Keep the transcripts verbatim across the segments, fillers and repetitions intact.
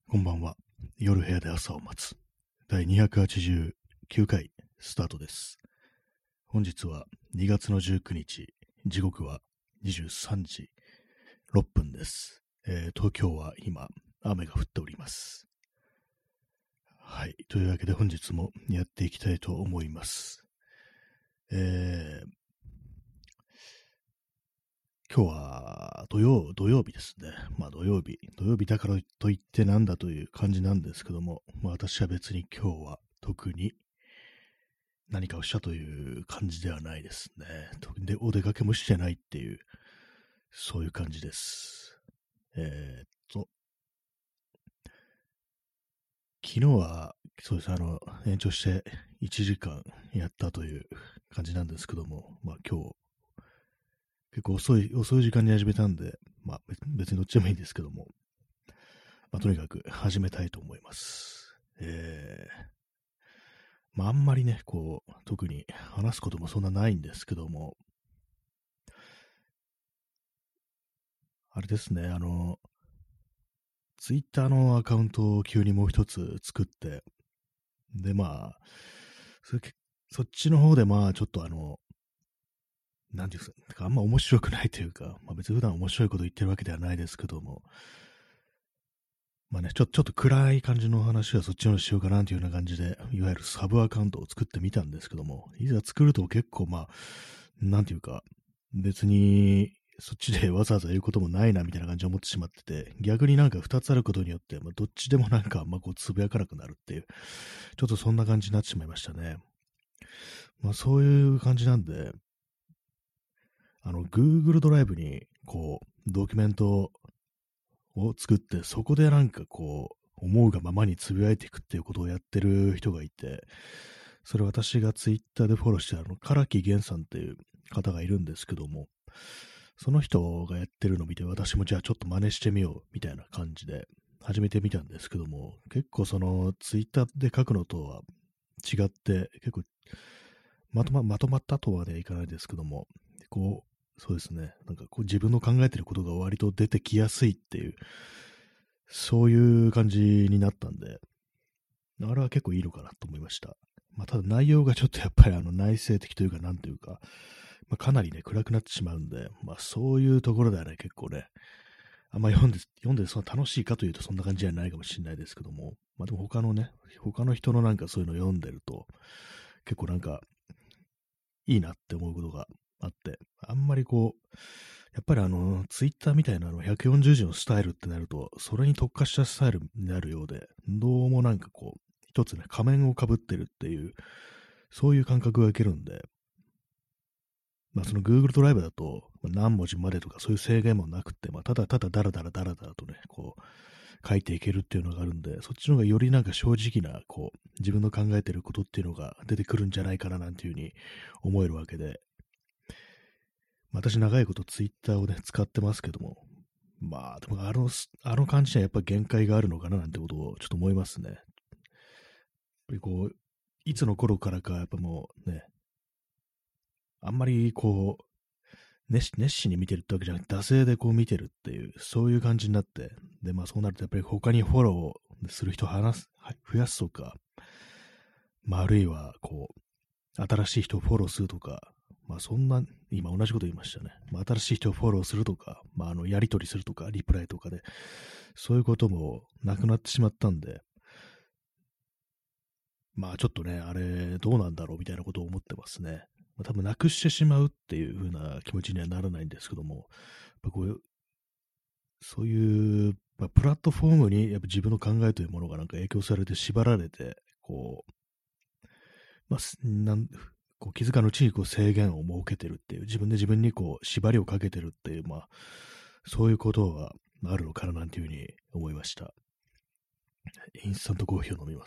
こんばんは。夜部屋で朝を待つ。だいにひゃくはちじゅうきゅうかいスタートです。本日はにがつのじゅうくにち、時刻はにじゅうさんじろっぷんです。えー、東京は今、雨が降っております。はい。というわけで本日もやっていきたいと思います。えー、今日は土曜、土曜日ですね。まあ土曜日。土曜日だからといってなんだという感じなんですけども、まあ私は別に今日は特に何かをしたという感じではないですね。特にお出かけもしてないっていう、そういう感じです。えー、っと、昨日は、そうです、あの、延長していちじかんやったという感じなんですけども、まあ今日、結構遅い、遅い時間に始めたんで、まあ別にどっちでもいいんですけども、まあとにかく始めたいと思います。えー、まああんまりね、こう、特に話すこともそんなないんですけども、あれですね、あの、ツイッターのアカウントを急にもう一つ作って、で、まあ、それそっちの方でまあ、ちょっとあの、なんていうんですか、あんま面白くないというか、まあ別に普段面白いこと言ってるわけではないですけども、まあね、ちょちょっと暗い感じの話はそっちのしようかなというような感じで、いわゆるサブアカウントを作ってみたんですけども、いざ作ると結構まあ、なんていうか、別にそっちでわざわざ言うこともないなみたいな感じで思ってしまってて、逆になんか二つあることによって、まあ、どっちでもなんかあんまこうつぶやかなくなるっていう、ちょっとそんな感じになってしまいましたね。まあそういう感じなんで、あの、Google ドライブにこう、ドキュメントを作って、そこでなんかこう、思うがままにつぶやいていくっていうことをやってる人がいて、それ私がツイッターでフォローしてあの、唐木源さんっていう方がいるんですけども、その人がやってるのを見て、私もじゃあちょっと真似してみようみたいな感じで始めてみたんですけども、結構そのツイッターで書くのとは違って、結構まとま、まとまったとはね、いかないですけども、こう、そうですね、なんかこう自分の考えてることが割と出てきやすいっていう、そういう感じになったんで、あれは結構いいのかなと思いました。まあ、ただ内容がちょっとやっぱりあの内省的というか、なんというか、まあ、かなりね、暗くなってしまうんで、まあそういうところではね、結構ね、あんま読んで、読んでその楽しいかというとそんな感じじゃないかもしれないですけども、まあでも他のね、他の人のなんかそういうの読んでると、結構なんかいいなって思うことがあって、あんまりこう、やっぱりあの、ツイッターみたいなのひゃくよんじゅうじのスタイルってなると、それに特化したスタイルになるようで、どうもなんかこう、一つね、仮面をかぶってるっていう、そういう感覚が受けるんで、まあその Google ドライブだと、まあ何文字までとかそういう制限もなくて、まあただただダラダラダラダラとね、こう、書いていけるっていうのがあるんで、そっちの方がよりなんか正直な、こう、自分の考えてることっていうのが出てくるんじゃないかななんていうふうに思えるわけで、私長いことツイッターをね、使ってますけども、まあ、でもあの、あの感じにはやっぱ限界があるのかななんてことをちょっと思いますね。やっぱりこう、いつの頃からか、やっぱもうね、あんまりこう、熱熱心に見てるってわけじゃなくて、惰性でこう見てるっていう、そういう感じになって、で、まあそうなるとやっぱり他にフォローする人を話す、はい増やすとか、まああるいはこう、新しい人をフォローするとか、まあそんな、今同じこと言いましたね。まあ新しい人をフォローするとか、まああの、やり取りするとか、リプライとかで、そういうこともなくなってしまったんで、まあちょっとね、あれ、どうなんだろうみたいなことを思ってますね。まあ、多分なくしてしまうっていう風な気持ちにはならないんですけども、やっぱこういう、そういう、まあ、プラットフォームにやっぱ自分の考えというものがなんか影響されて縛られて、こう、まあ、すなんこう気づかぬうちにこう制限を設けてるっていう、自分で自分にこう縛りをかけてるっていう、まあ、そういうことがあるのかななんていうふうに思いました。インスタントコーヒーを飲みます。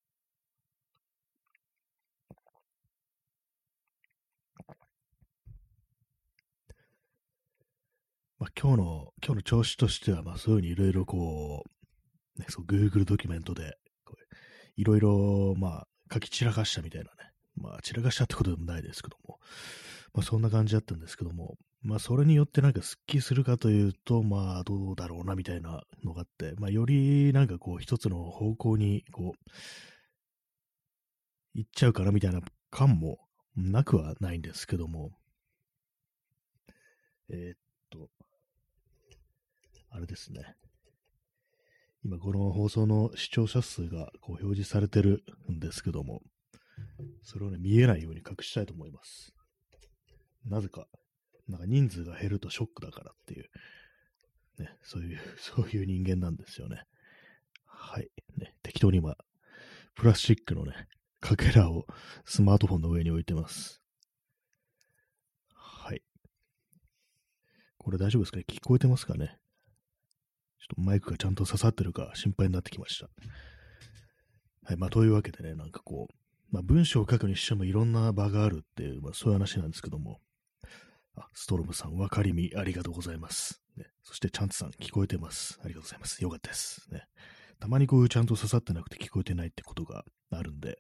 まあ、今日の、今日の調子としては、まあ、そういうふうにいろいろこう、ね、そう、Google ドキュメントで、いろいろ、まあ、書き散らかしたみたいなね。まあ、散らかしたってことでもないですけども、 まあそんな感じだったんですけども、まあそれによってなんかスッキリするかというと、まあどうだろうなみたいなのがあって、まあよりなんかこう一つの方向にこう行っちゃうかなみたいな感もなくはないんですけども、えーっと、あれですね。今この放送の視聴者数がこう表示されてるんですけども、それをね、見えないように隠したいと思います。なぜか、なんか人数が減るとショックだからっていう、ね、そういう、そういう人間なんですよね。はい。ね、適当に今、プラスチックのね、かけらをスマートフォンの上に置いてます。はい。これ大丈夫ですかね？聞こえてますかね？ちょっとマイクがちゃんと刺さってるか心配になってきました。はい。まあ、というわけでね、なんかこう、まあ、文章を書くにしてもいろんな場があるっていう、まあ、そういう話なんですけども、あ、ストロムさん、わかりみありがとうございます。ね、そして、チャンツさん、聞こえてます。ありがとうございます。よかったです。ね、たまにこういうちゃんと刺さってなくて聞こえてないってことがあるんで、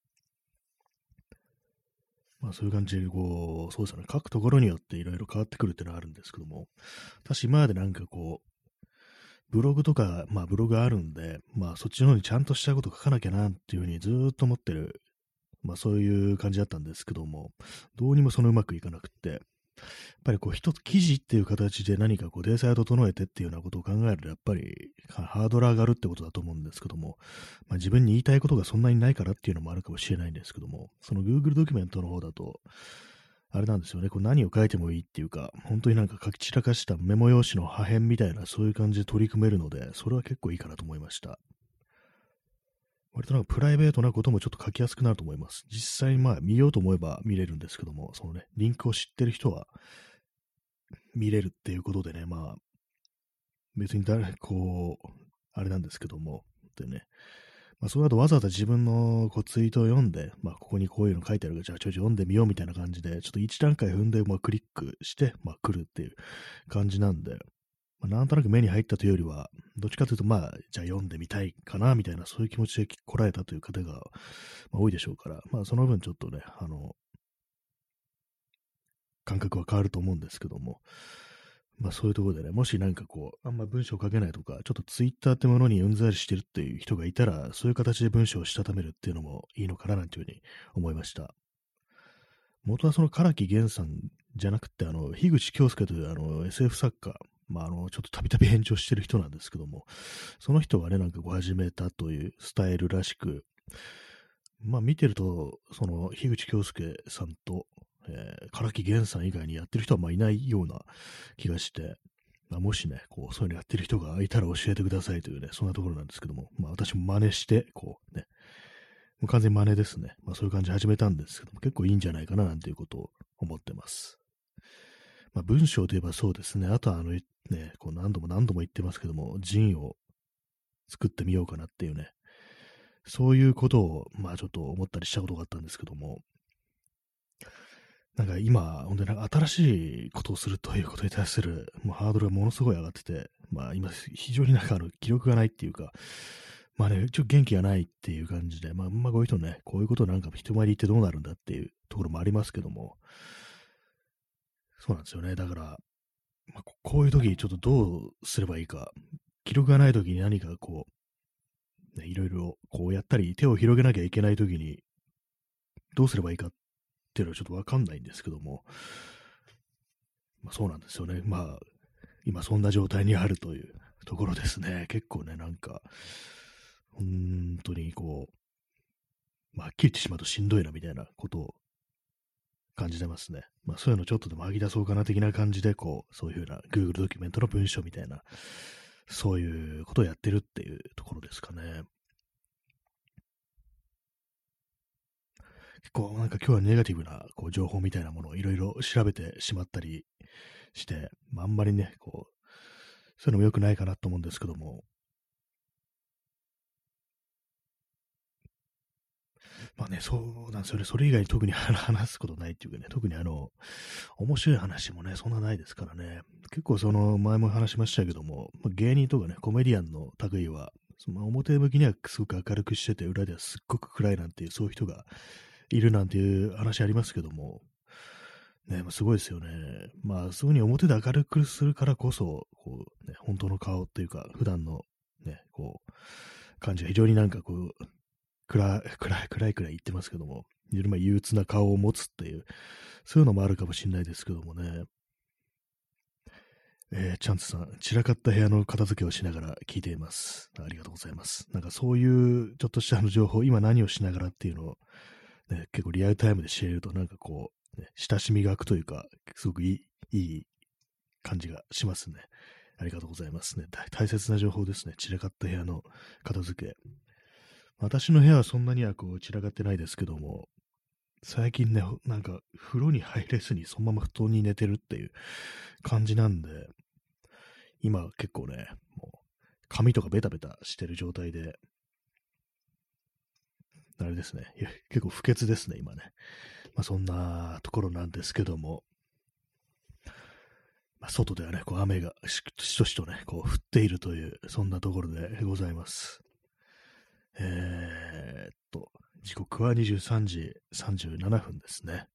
まあそういう感じで、こう、そうですね、書くところによっていろいろ変わってくるっていうのはあるんですけども、私今までなんかこう、ブログとか、まあブログあるんで、まあそっちの方にちゃんとしたこと書かなきゃなっていうふうにずーっと思ってる、まあそういう感じだったんですけども、どうにもそのうまくいかなくって、やっぱりこう一つ記事っていう形で何かこう体裁を整えてっていうようなことを考えるとやっぱりハードル上がるってことだと思うんですけども、まあ、自分に言いたいことがそんなにないからっていうのもあるかもしれないんですけども、その Google ドキュメントの方だと、あれなんですよね、こう何を書いてもいいっていうか、本当になんか書き散らかしたメモ用紙の破片みたいなそういう感じで取り組めるので、それは結構いいかなと思いました。割となんかプライベートなこともちょっと書きやすくなると思います。実際にまあ見ようと思えば見れるんですけども、そのね、リンクを知ってる人は見れるっていうことでね、まあ、別に誰、こう、あれなんですけども、でね、まあ、その後わざわざ自分のこうツイートを読んで、まあ、ここにこういうの書いてあるから、じゃあちょいちょい読んでみようみたいな感じで、ちょっと一段階踏んで、まあ、クリックして、まあ、来るっていう感じなんで、まあ、なんとなく目に入ったというよりは、どっちかというと、まあ、じゃあ読んでみたいかな、みたいな、そういう気持ちで来られたという方が、まあ、多いでしょうから、まあ、その分ちょっとね、あの、感覚は変わると思うんですけども、まあそういうところでね、もしなんかこう、あんま文章書けないとか、ちょっとツイッターってものにうんざりしてるっていう人がいたら、そういう形で文章をしたためるっていうのもいいのかななんていうふうに思いました。元はその唐木源さんじゃなくて、あの、樋口京介というあの エスエフ 作家、まああの、ちょっとたびたび炎上してる人なんですけども、その人がね、なんかこう始めたというスタイルらしく、まあ見てると、その樋口京介さんと、えー、唐木源さん以外にやってる人はまあいないような気がして、まあ、もしね、こう、そういうのやってる人がいたら教えてくださいというね、そんなところなんですけども、まあ私も真似して、こうね、もう完全に真似ですね。まあそういう感じで始めたんですけども、結構いいんじゃないかななんていうことを思ってます。まあ文章といえばそうですね、あとはあの、ね、こう何度も何度も言ってますけども、ジンを作ってみようかなっていうね、そういうことを、まあちょっと思ったりしたことがあったんですけども、なんか今、本当になんか新しいことをするということに対するもうハードルがものすごい上がってて、まあ今、非常になんかあの気力がないっていうか、まあね、ちょっと元気がないっていう感じで、まあ、まあこういう人ね、こういうことなんか人前に言ってどうなるんだっていうところもありますけども、そうなんですよね。だから、まあ、ここういう時ちょっとどうすればいいか、気力がない時に何かこう、ね、いろいろこうやったり手を広げなきゃいけない時にどうすればいいかっていうのはちょっとわかんないんですけども、まあ、そうなんですよね。まあ、今そんな状態にあるというところですね。結構ね、なんか、本当にこう、まあ、はっきり言ってしまうとしんどいなみたいなことを感じてますね。まあ、そういうのちょっとでも吐き出そうかな的な感じで、こう、そういうふうな Google ドキュメントの文章みたいな、そういうことをやってるっていうところですかね。結構なんか今日はネガティブなこう情報みたいなものをいろいろ調べてしまったりして、まあ、あんまりね、こう、そういうのも良くないかなと思うんですけども、まあね、そうなんですよね。それ以外に特に話すことないっていうかね、特にあの、面白い話もね、そんなないですからね。結構その、前も話しましたけども、まあ芸人とかね、コメディアンの類は、その表向きにはすごく明るくしてて、裏ではすっごく暗いなんていう、そういう人がいるなんていう話ありますけども、 ね、まあすごいですよね。まあ、そういうふうに表で明るくするからこそ、こう、ね、本当の顔っていうか、普段のね、こう、感じが非常になんかこう、暗い、暗い、暗いくらい言ってますけども、非常にまあ憂鬱な顔を持つっていう、そういうのもあるかもしれないですけどもね。えー、チャンツさん、散らかった部屋の片付けをしながら聞いています。ありがとうございます。なんかそういうちょっとしたあの情報、今何をしながらっていうのを、ね、結構リアルタイムで知れると、なんかこう、ね、親しみが湧くというか、すごくいい、いい感じがしますね。ありがとうございますね。大大切な情報ですね。散らかった部屋の片付け。私の部屋はそんなにはこう散らかってないですけども、最近ね、なんか風呂に入れずにそのまま布団に寝てるっていう感じなんで、今結構ね、もう髪とかベタベタしてる状態で、あれですね、結構不潔ですね、今ね。まあそんなところなんですけども、まあ、外ではね、こう雨がししとしとね、こう降っているという、そんなところでございます。えー、っと、時刻はにじゅうさんじさんじゅうななふんですね。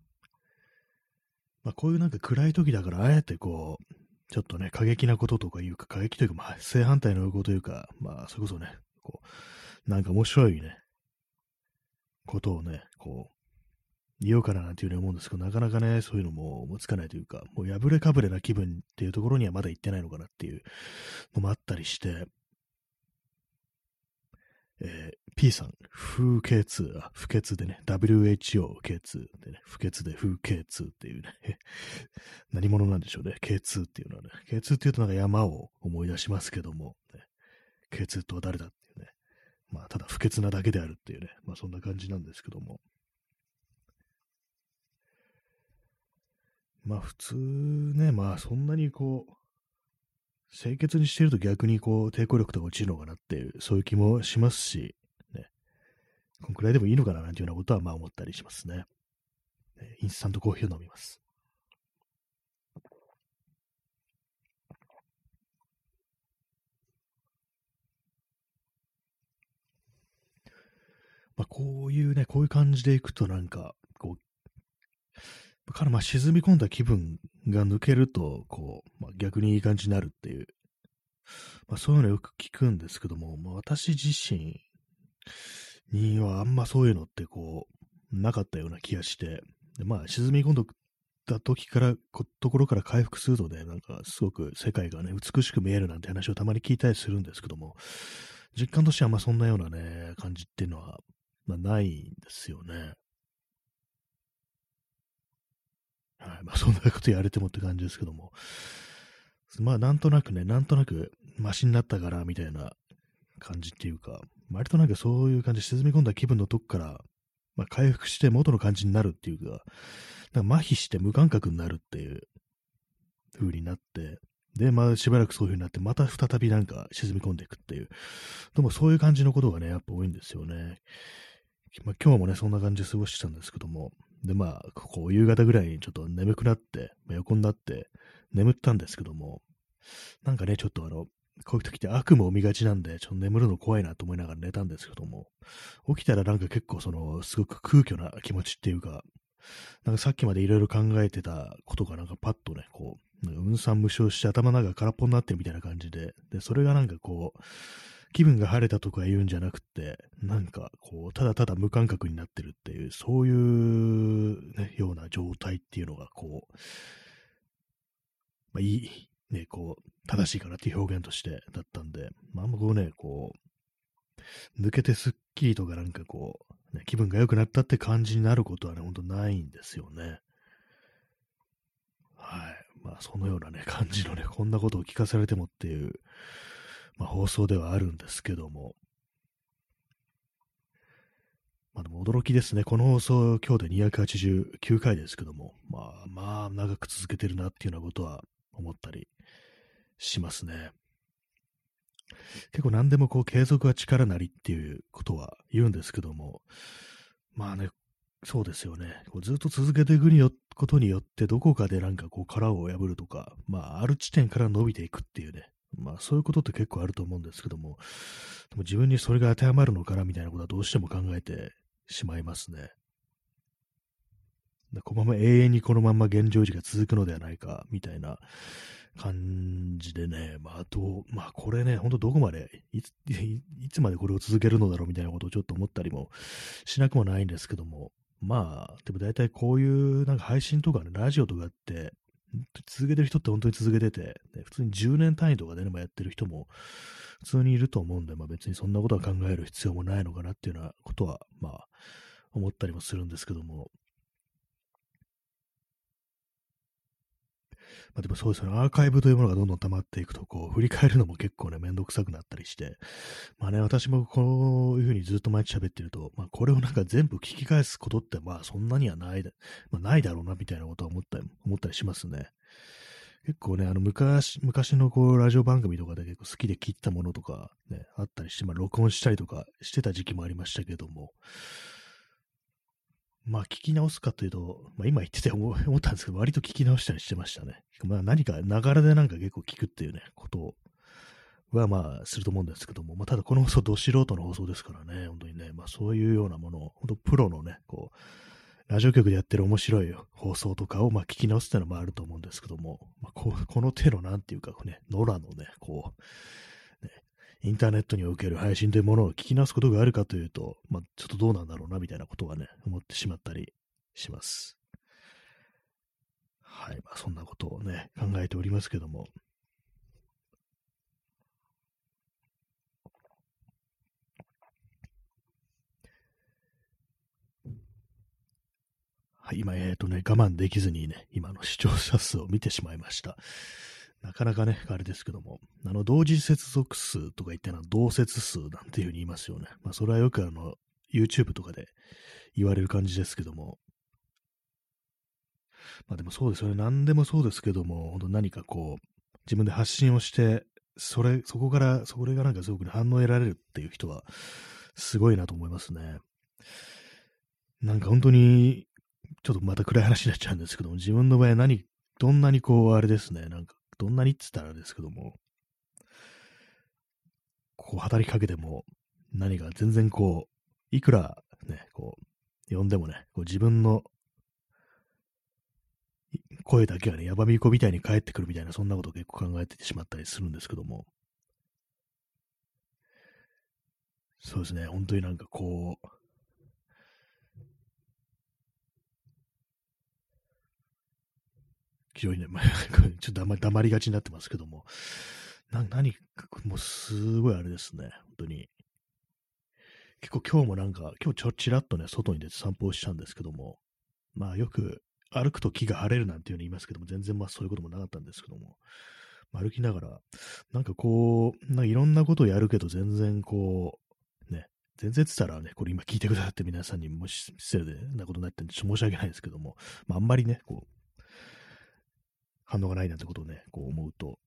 まあ、こういうなんか暗い時だから、あえてこう、ちょっとね、過激なこととかいうか、過激というか、まあ、正反対の動向というか、まあ、それこそね、こう、なんか面白いね、ことをね、こう、言おうかななんていうふうに思うんですけど、なかなかね、そういうのも思いつかないというか、もう破れかぶれな気分っていうところにはまだ行ってないのかなっていうのもあったりして、えー、P さん、風景痛、あ、不潔でね、ダブリューエイチオー ケーツーでね、不潔で風景痛っていうね、何者なんでしょうね、ケーツー っていうのはね、ケーツー っていうとなんか山を思い出しますけども、ね、ケーツー とは誰だっていうね、まあ、ただ不潔なだけであるっていうね、まあそんな感じなんですけども、まあ普通ね、まあそんなにこう、清潔にしてると逆にこう抵抗力とか落ちるのかなっていう、そういう気もしますし、ね、こんくらいでもいいのかななんていうようなことはまあ思ったりしますね。インスタントコーヒーを飲みます。まあ、こういうね、こういう感じでいくとなんか、こう、からまあ沈み込んだ気分が抜けると、こう、まあ、逆にいい感じになるっていう、まあ、そういうのよく聞くんですけども、まあ、私自身にはあんまそういうのってこう、なかったような気がして、でまあ、沈み込んだ時から、こところから回復するとね、なんかすごく世界がね、美しく見えるなんて話をたまに聞いたりするんですけども、実感としてはあんまそんなようなね、感じっていうのは、まあ、ないんですよね。はい。まあ、そんなこと言われてもって感じですけども。まあ、なんとなくね、なんとなく、マシになったから、みたいな感じっていうか、割となんかそういう感じ、沈み込んだ気分のとこから、まあ、回復して元の感じになるっていうか、なんか麻痺して無感覚になるっていう風になって、で、まあ、しばらくそういう風になって、また再びなんか沈み込んでいくっていう、でもそういう感じのことがね、やっぱ多いんですよね。まあ、今日もね、そんな感じで過ごしてたんですけども、で、まあ、こう、夕方ぐらいにちょっと眠くなって、まあ、横になって、眠ったんですけども、なんかね、ちょっとあの、こういう時って悪夢を見がちなんで、ちょっと眠るの怖いなと思いながら寝たんですけども、起きたらなんか結構その、すごく空虚な気持ちっていうか、なんかさっきまでいろいろ考えてたことがなんかパッとね、こう、なんか雲散無償して頭の中が空っぽになってるみたいな感じで、で、それがなんかこう、気分が晴れたとか言うんじゃなくて、なんかこう、ただただ無感覚になってるっていう、そういう、ね、ような状態っていうのが、こう、まあ、いい、ね、こう、正しいかなっていう表現としてだったんで、まあ、あんまこうね、こう、抜けてすっきりとかなんかこう、ね、気分が良くなったって感じになることはね、ほんとないんですよね。はい。まあ、そのようなね、感じのね、こんなことを聞かされてもっていう、まあ、放送ではあるんですけども、まあでも驚きですね。この放送、今日でにひゃくはちじゅうきゅうかいですけども、まあまあ長く続けてるなっていうようなことは思ったりしますね。結構何でもこう継続は力なりっていうことは言うんですけども、まあね、そうですよね。こうずっと続けていくによことによってどこかでなんかこう殻を破るとか、まあある地点から伸びていくっていうね、まあそういうことって結構あると思うんですけども、でも自分にそれが当てはまるのかなみたいなことはどうしても考えてしまいますね。 このまま永遠にこのまま現状維持が続くのではないか、みたいな感じでね、まあ、どう、まあ、これね、ほんとどこまでいつ、いいつまでこれを続けるのだろうみたいなことをちょっと思ったりもしなくもないんですけども、まあ、でも大体こういうなんか配信とかね、ラジオとかって、続けてる人って本当に続けてて、ね、普通にじゅうねん単位とかでね、まあ、やってる人も普通にいると思うんで、まあ別にそんなことは考える必要もないのかなっていうようなことは、まあ、思ったりもするんですけども、まあ、でもそうですね、アーカイブというものがどんどん溜まっていくと、こう、振り返るのも結構ね、めんどくさくなったりして、まあね、私もこういうふうにずっと毎日喋ってると、まあこれをなんか全部聞き返すことって、まあそんなにはない、まあ、ないだろうな、みたいなことは思ったり、思ったりしますね。結構ね、あの昔、昔のこう、ラジオ番組とかで結構好きで聞いたものとかね、あったりして、まあ録音したりとかしてた時期もありましたけども、まあ、聞き直すかというと、まあ、今言ってて思思ったんですけど、割と聞き直したりしてましたね。まあ、何か、ながらでなんか結構聞くっていうね、ことはまあ、すると思うんですけども、まあ、ただこの放送、ど素人の放送ですからね、本当にね、まあ、そういうようなものを、本当プロのね、こう、ラジオ局でやってる面白い放送とかを、まあ、聞き直すっていうのもあると思うんですけども、まあ、こうこの手の、なんていうかね、野良のね、こう、ね、インターネットにおける配信というものを聞き直すことがあるかというと、まあ、ちょっとどうなんだろうな、みたいなことはね、思ってしまったりします。はい。まあ、そんなことをね、考えておりますけども。はい、今、えっとね、我慢できずにね、今の視聴者数を見てしまいました。なかなかね、あれですけども、あの、同時接続数とか言ってのは同接数なんていうふうに言いますよね。まあ、それはよくあの、YouTube とかで言われる感じですけども、まあでもそうですよね。何でもそうですけども、本当何かこう、自分で発信をして、それ、そこから、それがなんかすごく反応を得られるっていう人は、すごいなと思いますね。なんか本当に、ちょっとまた暗い話になっちゃうんですけども、自分の場合何、どんなにこう、あれですね、なんか、どんなにって言ったらあれですけども、こう、働きかけても、何か全然こう、いくらね、こう、呼んでもね、こう自分の声だけがね、やばみこみたいに返ってくるみたいな、そんなことを結構考えてしまったりするんですけども、そうですね、本当になんかこう、非常にね、まあ、ちょっと黙黙りがちになってますけども、な、何か、もうすごいあれですね、本当に。結構今日もなんか、今日ちょちらっとね、外に出て散歩をしたんですけども、まあよく歩くと木が晴れるなんていうふうに言いますけども、全然まあそういうこともなかったんですけども、まあ歩きながら、なんかこう、なんかいろんなことをやるけど、全然こう、ね、全然って言ったらね、これ今聞いてくださって皆さんにもし失礼なことになってんで、ちょっと申し訳ないですけども、まああんまりね、こう、反応がないなんてことをね、こう思うと、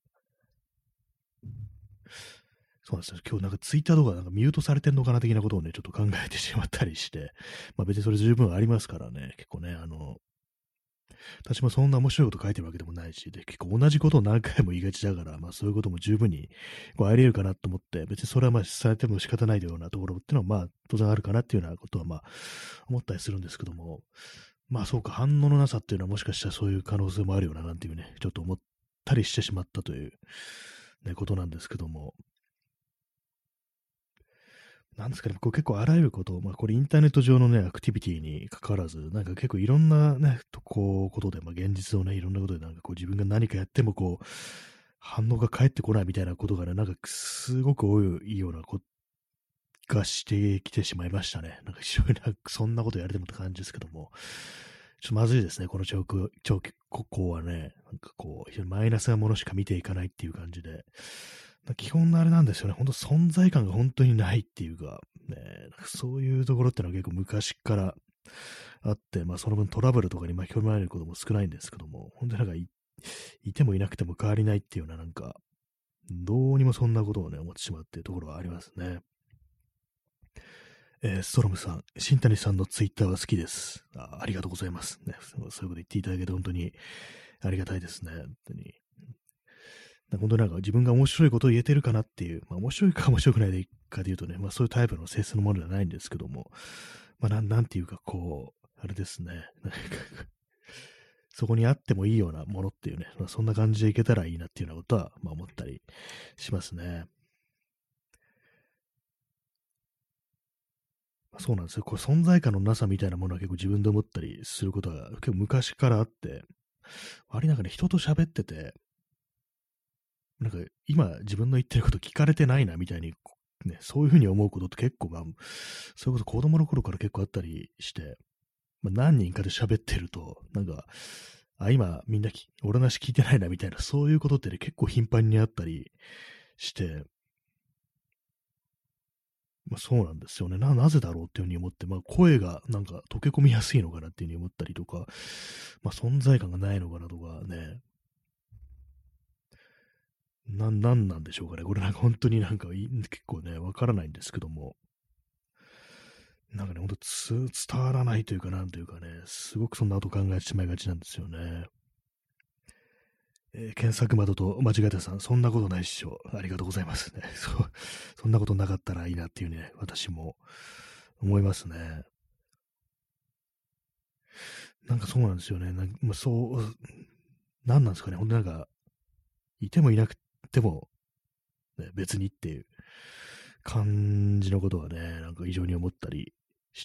そうなんですよ。今日なんかツイッターとかなんかミュートされてんのかな的なことをね、ちょっと考えてしまったりして、まあ別にそれ十分ありますからね、結構ね、あの、私もそんな面白いこと書いてるわけでもないし、で、結構同じことを何回も言いがちだから、まあそういうことも十分にこうあり得るかなと思って、別にそれはまあされても仕方ないようなところっていうのはまあ当然あるかなっていうようなことはまあ思ったりするんですけども、まあそうか、反応のなさっていうのはもしかしたらそういう可能性もあるよななんていうね、ちょっと思ったりしてしまったという、ね、ことなんですけども、なんですかね、こう結構あらゆること、まあこれインターネット上のね、アクティビティに関わらず、なんか結構いろんなね、とこう、ことで、まあ現実をね、いろんなことでなんかこう自分が何かやってもこう、反応が返ってこないみたいなことがね、なんかすごく多いようなことがしてきてしまいましたね。なんか非常になんかそんなことやれてもって感じですけども、ちょっとまずいですね、この長期、長期国交はね、なんかこう、非常にマイナスなものしか見ていかないっていう感じで、基本のあれなんですよね。本当存在感が本当にないっていうか、ね、そういうところってのは結構昔からあって、まあその分トラブルとかに巻き込まれることも少ないんですけども、本当になんかい、いてもいなくても変わりないっていうようななんか、どうにもそんなことをね、思ってしまうっていうところはありますね。えーストロムさん、新谷さんのツイッターは好きです。あ、ありがとうございます、ね。そういうこと言っていただけて本当にありがたいですね。本当に。本当になんか自分が面白いことを言えてるかなっていう、まあ面白いか面白くないかで言うとね、まあそういうタイプの性質のものではないんですけども、まあなん、なんていうかこう、あれですね。 そこにあってもいいようなものっていうね、まあ、そんな感じでいけたらいいなっていうようなことは、まあ、思ったりしますね。まあ、そうなんですよ。これ存在感のなさみたいなものは結構自分で思ったりすることが結構昔からあって、割になんかね、人と喋ってて、なんか今自分の言ってること聞かれてないなみたいに、ね、そういうふうに思うことって結構、まあ、それこそ子供の頃から結構あったりして、まあ、何人かで喋ってると、なんか、あ、今みんなき俺の話聞いてないなみたいな、そういうことってね、結構頻繁にあったりして、まあ、そうなんですよね。な、なぜだろうっていうふうに思って、まあ、声がなんか溶け込みやすいのかなっていうふうに思ったりとか、まあ、存在感がないのかなとかね、な、なんなんでしょうかね。これなんか本当になんかい結構ね、わからないんですけども、なんかね、ほんとつ伝わらないというか、なんというかね、すごくそんなこと考えてしまいがちなんですよね。えー検索窓と間違えたさん、そんなことないっしょ。ありがとうございますね。そう、そんなことなかったらいいなっていうね、私も思いますね。なんかそうなんですよね。なんまあ、そう、なんなんですかね。ほんとなんか、いてもいなくても、ね、別にっていう感じのことはね、なんか異常に思ったりして、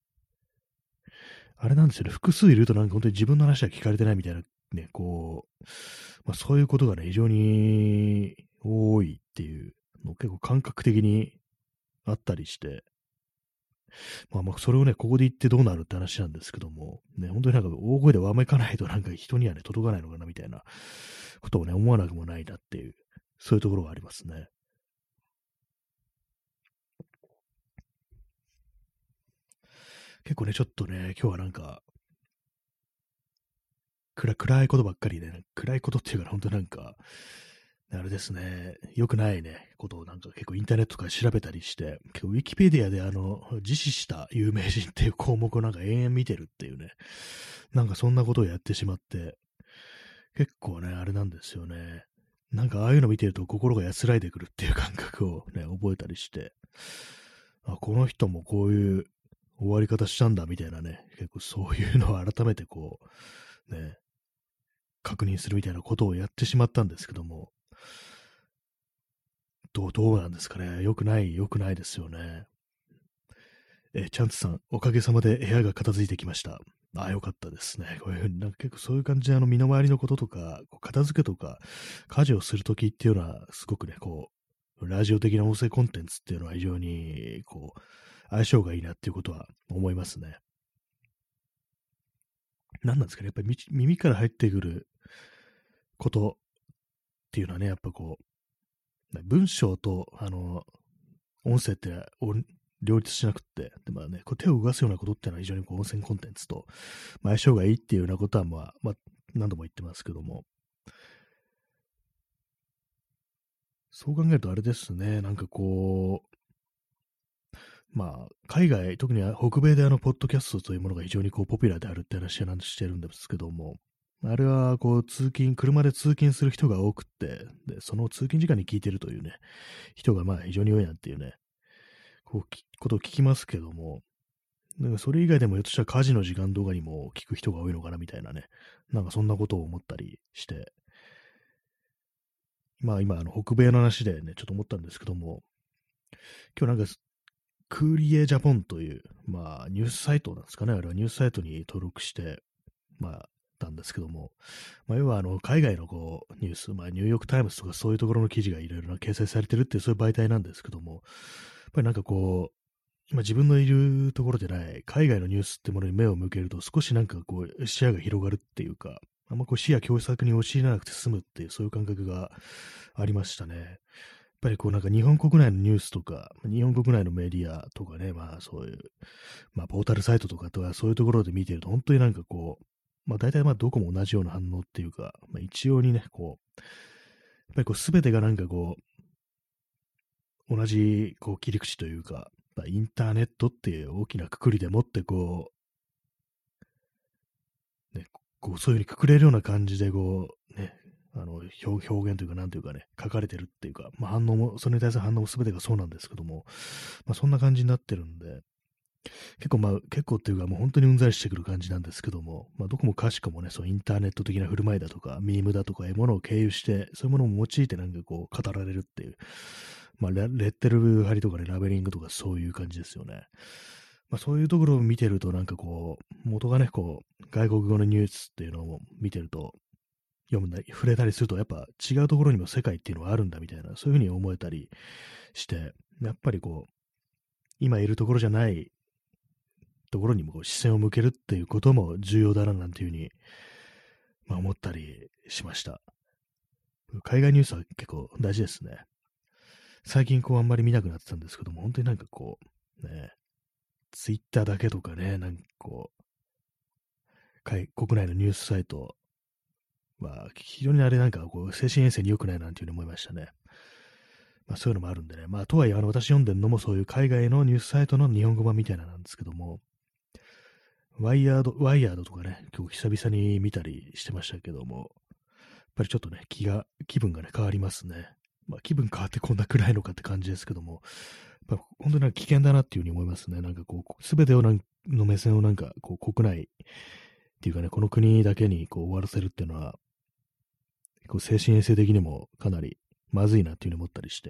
あれなんですよね。複数いるとなんか本当に自分の話は聞かれてないみたいな、ね、こう、まあそういうことがね、非常に多いっていうの結構感覚的にあったりして、まあまあそれをね、ここで言ってどうなるって話なんですけども、ね、本当になんか大声でわめかないとなんか人にはね、届かないのかなみたいなことをね、思わなくもないなっていう、そういうところがありますね。結構ね、ちょっとね、今日はなんか、暗暗いことばっかりで、ね、暗いことっていうか、本当なんか、あれですね、良くないね、ことをなんか結構インターネットとかで調べたりして、結構ウィキペディアであの、自死した有名人っていう項目をなんか延々見てるっていうね、なんかそんなことをやってしまって、結構ね、あれなんですよね。なんかああいうの見てると心が安らいでくるっていう感覚をね、覚えたりして、あ、この人もこういう終わり方したんだみたいなね、結構そういうのを改めてこう、ね、確認するみたいなことをやってしまったんですけども、どう、どうなんですかね。良くない、良くないですよね。え、チャンツさん、おかげさまで部屋が片付いてきました。ああ、よかったですね。こういうふうに、なんか結構そういう感じで、あの、身の回りのこととか、こう片付けとか、家事をするときっていうのは、すごくね、こう、ラジオ的な音声コンテンツっていうのは非常に、こう、相性がいいなっていうことは思いますね。何なんですかね。やっぱり耳から入ってくることっていうのはね、やっぱこう、文章と、あの、音声って両立しなくって、でまあね、こう手を動かすようなことっていうのは非常にこう音声コンテンツと、まあ、相性がいいっていうようなことは、まあ、まあ、何度も言ってますけども、そう考えるとあれですね、なんかこう、まあ、海外、特に北米であの、ポッドキャストというものが非常にこう、ポピュラーであるって話はしてるんですけども、あれは、こう、通勤、車で通勤する人が多くって、で、その通勤時間に聞いてるというね、人がまあ非常に多いなんていうね、こう、きことを聞きますけども、なんかそれ以外でもひょっとしたら家事の時間動画にも聞く人が多いのかなみたいなね、なんかそんなことを思ったりして、まあ今、あの北米の話でね、ちょっと思ったんですけども、今日なんかクーリエジャポンという、まあニュースサイトなんですかね、あれはニュースサイトに登録して、まあ、たんですけども、まあ、要はあの海外のこうニュース、まあ、ニューヨーク・タイムズとかそういうところの記事がいろいろな掲載されてるっていうそういう媒体なんですけども、やっぱりなんかこう、今自分のいるところでない海外のニュースってものに目を向けると少しなんかこう視野が広がるっていうか、あんまこう視野狭窄に陥らなくて済むっていうそういう感覚がありましたね。やっぱりこうなんか日本国内のニュースとか、日本国内のメディアとかね、まあそういう、まあポータルサイトとかとかそういうところで見てると本当になんかこう、まあ大体まあどこも同じような反応っていうか、まあ一様にね、こう、やっぱりこう全てがなんかこう、同じこう切り口というか、まあインターネットっていう大きな括りでもってこう、ね、こうそういうふうにくくれるような感じでこう、ね、あの表表現というか、なんというかね、書かれてるっていうか、まあ反応も、それに対する反応も全てがそうなんですけども、まあそんな感じになってるんで、 結構まあ、結構っていうかもう本当にうんざりしてくる感じなんですけども、まあどこもかしこもね、そうインターネット的な振る舞いだとか、ミームだとか、いうものを経由して、そういうものを用いてなんかこう語られるっていう、まあレレッテル貼りとかね、ラベリングとかそういう感じですよね。まあそういうところを見てるとなんかこう、元がね、こう、外国語のニュースっていうのを見てると、読むんだり、触れたりすると、やっぱ違うところにも世界っていうのはあるんだみたいな、そういうふうに思えたりして、やっぱりこう、今いるところじゃないところにもこう視線を向けるっていうことも重要だななんていうふうに、まあ、思ったりしました。海外ニュースは結構大事ですね。最近こうあんまり見なくなってたんですけども、本当になんかこう、ね、ツイッターだけとかね、なんかこう、海国内のニュースサイトは、非常にあれなんかこう、精神衛生に良くないなんていうふうに思いましたね。まあそういうのもあるんでね。まあとはいえ、あの私読んでるのもそういう海外のニュースサイトの日本語版みたいななんですけども、ワイヤード、ワイヤードとかね、今日久々に見たりしてましたけども、やっぱりちょっとね、気が、気分がね、変わりますね。まあ気分変わってこんな暗いのかって感じですけども、やっぱ本当になんか危険だなっていうふうに思いますね。なんかこう、すべてをなんの目線をなんかこう国内っていうかね、この国だけにこう終わらせるっていうのは、こう精神衛生的にもかなりまずいなっていうふうに思ったりして、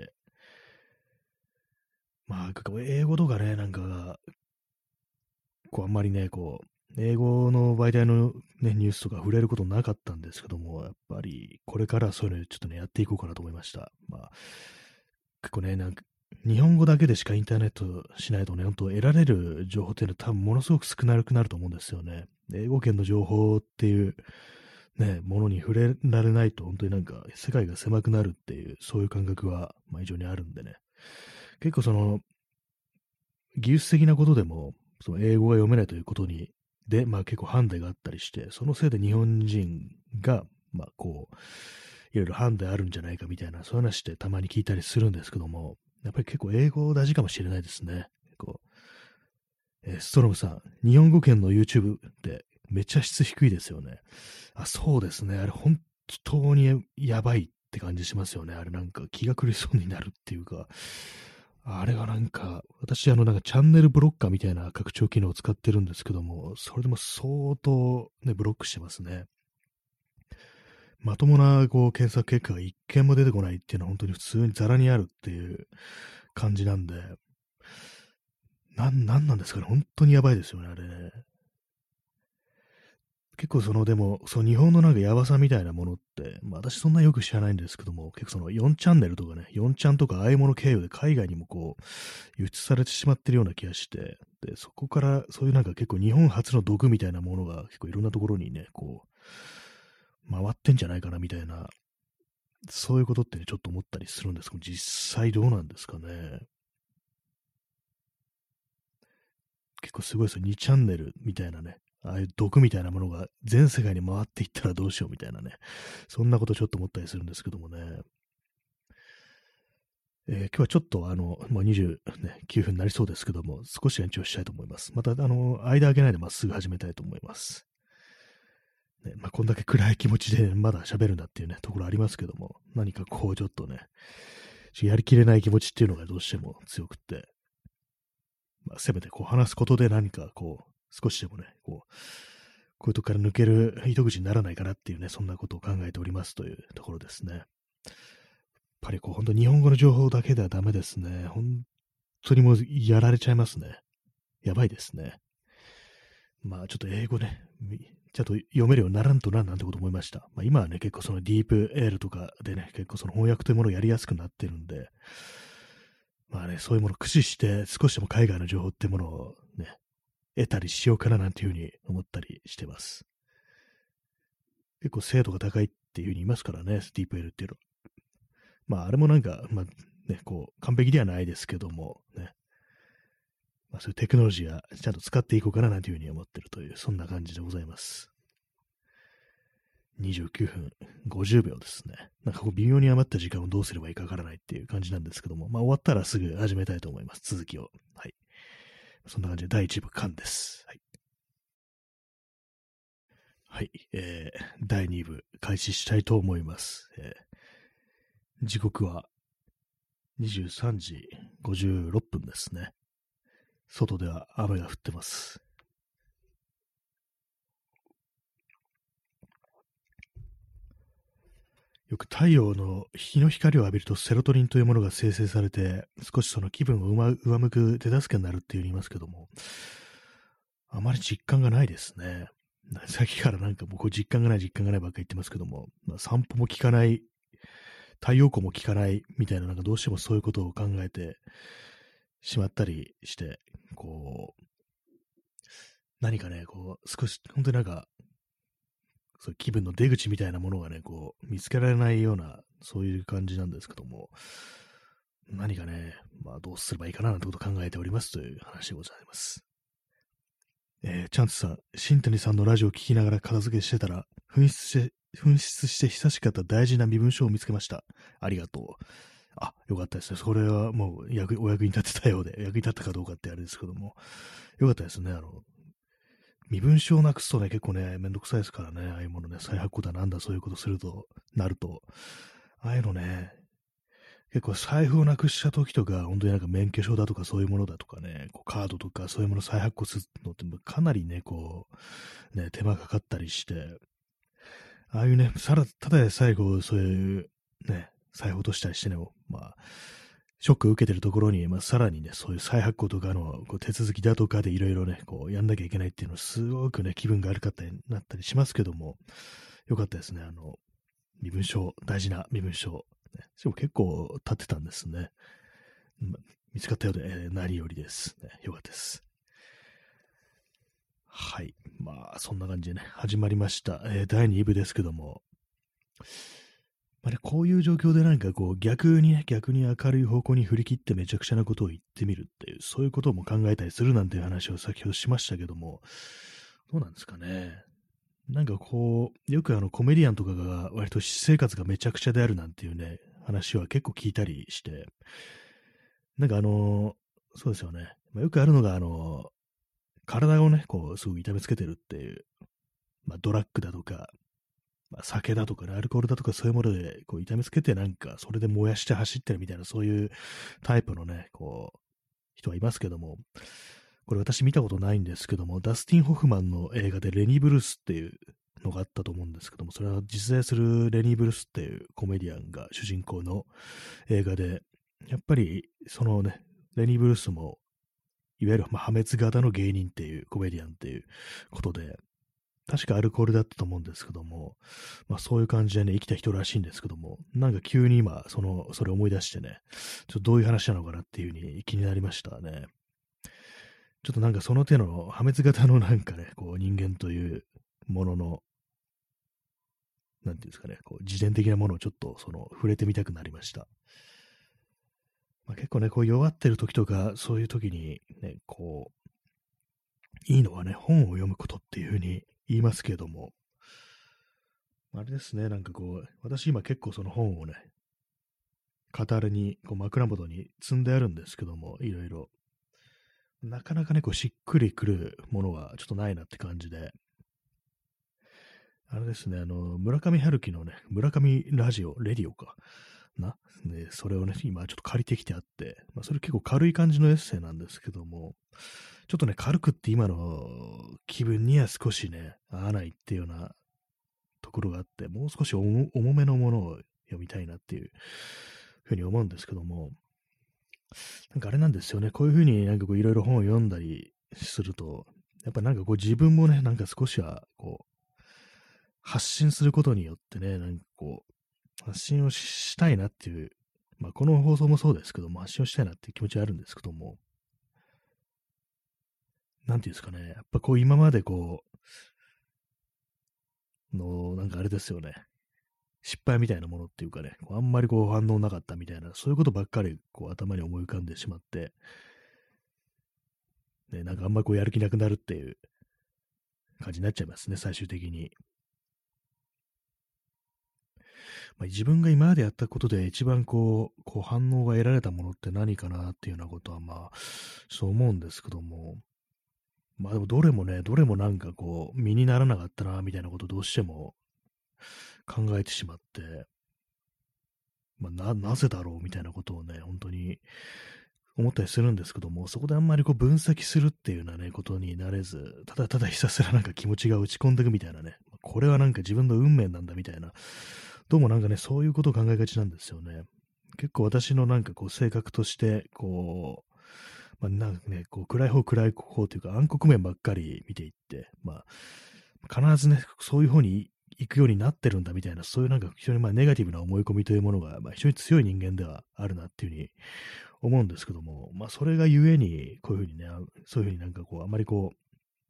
まあ、英語とかね、なんか、こう、あんまりね、こう、英語の媒体の、ね、ニュースとか触れることなかったんですけども、やっぱり、これからそういうのちょっとね、やっていこうかなと思いました。まあ、結構ね、なんか、日本語だけでしかインターネットしないとね、本当得られる情報っていうのは多分ものすごく少なくなると思うんですよね。英語圏の情報っていう、ね、ものに触れられないと、本当になんか、世界が狭くなるっていう、そういう感覚は、まあ、非常にあるんでね。結構その、技術的なことでも、その英語が読めないということに、で、まあ結構ハンデがあったりして、そのせいで日本人が、まあこう、いろいろハンデあるんじゃないかみたいな、そういう話ってたまに聞いたりするんですけども、やっぱり結構英語大事かもしれないですね。こうえーストロムさん、日本語圏の YouTube ってめっちゃ質低いですよね。あ、そうですね。あれ本当にやばいって感じしますよね。あれなんか気が狂いそうになるっていうか、あれはなんか、私、あの、なんかチャンネルブロッカーみたいな拡張機能を使ってるんですけども、それでも相当ね、ブロックしてますね。まともな、こう、検索結果が一件も出てこないっていうのは本当に普通にザラにあるっていう感じなんで、なん、なんなんですかね。本当にやばいですよね、あれね。結構その、でも、その日本のなんかやばさみたいなものって、まあ私そんなよく知らないんですけども、結構そのよんチャンネルとかね、よんチャンとかああいうもの経由で海外にもこう、輸出されてしまってるような気がして、で、そこからそういうなんか結構日本初の毒みたいなものが結構いろんなところにね、こう、回ってんじゃないかなみたいな、そういうことってね、ちょっと思ったりするんですけど、実際どうなんですかね。結構すごいですよ。にチャンネルみたいなね、ああいう毒みたいなものが全世界に回っていったらどうしようみたいなね、そんなことちょっと思ったりするんですけどもね。えー今日はちょっとあの、もうにじゅうきゅうふんになりそうですけども、少し延長したいと思います。また、あの、間空けないでまっすぐ始めたいと思います。ね、まあ、こんだけ暗い気持ちでまだ喋るんだっていうね、ところありますけども、何かこうちょっとね、やりきれない気持ちっていうのがどうしても強くって、まあ、せめてこう話すことで何かこう、少しでもね、こう、こういうとこから抜ける糸口にならないかなっていうね、そんなことを考えておりますというところですね。やっぱりこう、本当日本語の情報だけではダメですね。本当にもうやられちゃいますね。やばいですね。まあちょっと英語ね、ちゃんと読めるようにならんとななんてこと思いました。まあ今はね、結構そのディープエールとかでね、結構その翻訳というものをやりやすくなってるんで、まあね、そういうものを駆使して少しでも海外の情報っていうものをね、得たりしようかななんていうふうに思ったりしてます。結構精度が高いっていうふうに言いますからね、ディープエールっていうのは。まああれもなんか、まあね、こう、完璧ではないですけども、ね、まあ、そういうテクノロジーはちゃんと使っていこうかななんていうふうに思ってるという、そんな感じでございます。にじゅうきゅうふんごじゅうびょうですね。なんかこう微妙に余った時間をどうすればいいかわからないっていう感じなんですけども、まあ終わったらすぐ始めたいと思います。続きを。はい。そんな感じでだいいち部完です。はい。はい。えー、だいに部開始したいと思います。えー、時刻はにじゅうさんじごじゅうろっぷんですね。 外では雨が降ってます。よく太陽の日の光を浴びるとセロトニンというものが生成されて、少しその気分を上向く手助けになるっていう言いますけども、あまり実感がないですね。さっきからなんかもう実感がない実感がないばっかり言ってますけども、まあ、散歩も効かない、太陽光も効かないみたいな、なんかどうしてもそういうことを考えてしまったりして、こう、何かね、こう、少し、本当になんか、そういう気分の出口みたいなものがね、こう、見つけられないような、そういう感じなんですけども、何かね、まあ、どうすればいいかななんてことを考えておりますという話でございます。えー、チャンスさん、新谷さんのラジオを聞きながら片付けしてたら、紛失して、紛失して久しかった大事な身分証を見つけました。ありがとう。あ、よかったですね。それはもう役、お役に立てたようで、役に立ったかどうかってあれですけども、よかったですね。あの、身分証をなくすとね、結構ね、めんどくさいですからね、ああいうものね、再発行だなんだ、そういうことすると、なると、ああいうのね、結構財布をなくした時とか、本当になんか免許証だとかそういうものだとかね、こうカードとかそういうもの再発行するのってかなりね、こう、ね、手間かかったりして、ああいうね、さら、ただで最後、そういうね、財布落としたりしてね、まあ、ショックを受けてるところに、まあ、さらにね、そういう再発行とかのこう手続きだとかでいろいろね、こう、やんなきゃいけないっていうのは、すごくね、気分が悪かったりなったりしますけども、よかったですね、あの、身分証、大事な身分証。ね、しかも結構経ってたんですね。ま見つかったようで、えー何よりです、ね。よかったです。はい。まあ、そんな感じでね、始まりました。えーだいに部ですけども、まあね、こういう状況でなんかこう逆にね、逆に明るい方向に振り切ってめちゃくちゃなことを言ってみるっていう、そういうことも考えたりするなんていう話を先ほどしましたけども、どうなんですかね。なんかこう、よくあのコメディアンとかが割と私生活がめちゃくちゃであるなんていうね、話は結構聞いたりして、なんかあのそうですよね。まあ、よくあるのがあの体をね、こう、すごく痛めつけてるっていう、まあ、ドラッグだとか、まあ、酒だとかね、アルコールだとかそういうもので、こう、痛めつけてなんか、それで燃やして走ってるみたいな、そういうタイプのね、こう、人はいますけども、これ私見たことないんですけども、ダスティン・ホフマンの映画でレニー・ブルースっていうのがあったと思うんですけども、それは実在するレニー・ブルースっていうコメディアンが主人公の映画で、やっぱり、そのね、レニー・ブルースも、いわゆる、まあ、破滅型の芸人っていうコメディアンっていうことで、確かアルコールだったと思うんですけども、まあそういう感じでね、生きた人らしいんですけども、なんか急に今、その、それを思い出してね、ちょっとどういう話なのかなっていうふうに気になりましたね。ちょっとなんかその手の破滅型のなんかね、こう人間というものの、なんていうんですかね、こう自伝的なものをちょっとその触れてみたくなりました。まあ、結構ね、こう弱ってる時とか、そういう時にね、こう、いいのはね、本を読むことっていうふうに言いますけども、あれですね、なんかこう、私今結構その本をね、語るに、こう枕元に積んであるんですけども、いろいろ。なかなかね、こうしっくりくるものはちょっとないなって感じで、あれですね、あの、村上春樹のね、村上ラジオ、レディオかな。ね、それをね、今ちょっと借りてきてあって、まあ、それ結構軽い感じのエッセイなんですけども、ちょっとね、軽くって今の気分には少しね、合わないっていうようなところがあって、もう少し重重めのものを読みたいなっていうふうに思うんですけども、なんかあれなんですよね、こういうふうになんかこういろいろ本を読んだりすると、やっぱなんかこう自分もね、なんか少しはこう発信することによってね、なんかこう発信をしたいなっていう、まあこの放送もそうですけども、発信をしたいなっていう気持ちはあるんですけども、なんていうんですかね、やっぱこう今までこう、の、なんかあれですよね、失敗みたいなものっていうかね、こうあんまりこう反応なかったみたいな、そういうことばっかりこう頭に思い浮かんでしまって、ね、なんかあんまりこうやる気なくなるっていう感じになっちゃいますね、最終的に。まあ、自分が今までやったことで一番こう、こう反応が得られたものって何かなっていうようなことはまあ、そう思うんですけども、まあでもどれもね、どれもなんかこう、身にならなかったな、みたいなことをどうしても考えてしまって、まあな、なぜだろうみたいなことをね、本当に思ったりするんですけども、そこであんまりこう分析するっていうようなね、ことになれず、ただただひたすらなんか気持ちが落ち込んでいくみたいなね、これはなんか自分の運命なんだみたいな、どうもなんかね、そういうことを考えがちなんですよね。結構私のなんかこう性格として、こう、まあ、なんかね、こう暗い方暗い方というか暗黒面ばっかり見ていって、まあ、必ずね、そういう方に行くようになってるんだみたいな、そういうなんか非常にまあネガティブな思い込みというものが、まあ、非常に強い人間ではあるなっていうふうに思うんですけども、まあそれがゆえに、こういうふうにね、そういうふうになんかこう、あまりこう、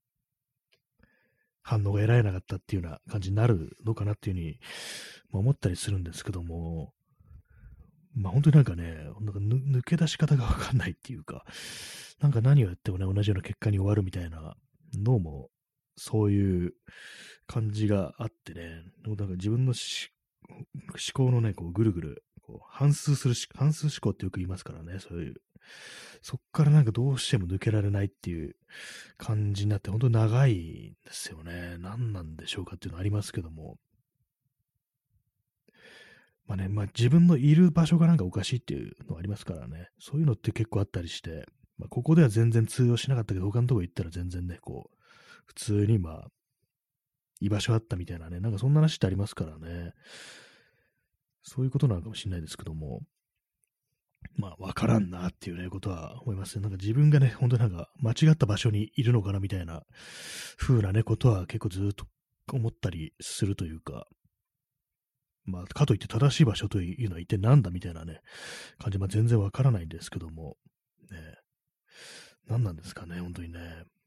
反応が得られなかったっていうような感じになるのかなっていうふうに、まあ、思ったりするんですけども、まあ本当になんかね、なんか抜け出し方がわかんないっていうか、なんか何をやってもね、同じような結果に終わるみたいなのも、そういう感じがあってね、なんか自分のし思考のね、こうぐるぐる、こう反数するし、反数思考ってよく言いますからね、そういう。そっからなんかどうしても抜けられないっていう感じになって、本当に長いですよね。何なんでしょうかっていうのはありますけども。まあね、まあ自分のいる場所がなんかおかしいっていうのはありますからね。そういうのって結構あったりして、まあここでは全然通用しなかったけど、他のとこ行ったら全然ね、こう、普通にまあ、居場所あったみたいなね、なんかそんな話ってありますからね。そういうことなのかもしれないですけども、まあ、わからんなっていうね、ことは思いますね。なんか自分がね、本当になんか間違った場所にいるのかなみたいな風なね、ことは結構ずっと思ったりするというか、まあ、かといって正しい場所というのは一体何だみたいなね、感じ、まあ全然わからないんですけども、ね、何なんですかね、本当にね。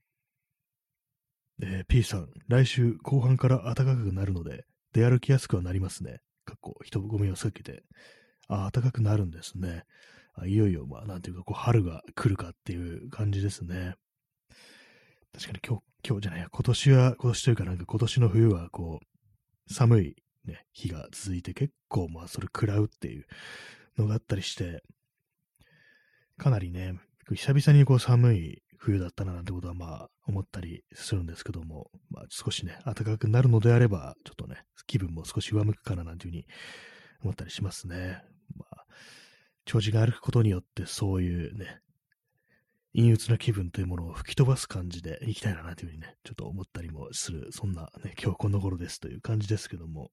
えー、P さん、来週後半から暖かくなるので、出歩きやすくはなりますね。かっこ、人混みを避けて。あ、暖かくなるんですね。あ、いよいよ、まあ、なんていうか、こう、春が来るかっていう感じですね。確かに今日、今日じゃないや、今年は、今年というかなんか今年の冬は、こう、寒いね、日が続いて結構、まあ、それ食らうっていうのがあったりして、かなりね、久々にこう寒い冬だったななんてことはまあ思ったりするんですけども、まあ少しね、暖かくなるのであれば、ちょっとね、気分も少し上向くかななんていうふうに思ったりしますね。まあ、長時間歩くことによってそういうね、陰鬱な気分というものを吹き飛ばす感じでいきたいなというふうにね、ちょっと思ったりもする、そんなね、今日この頃ですという感じですけども、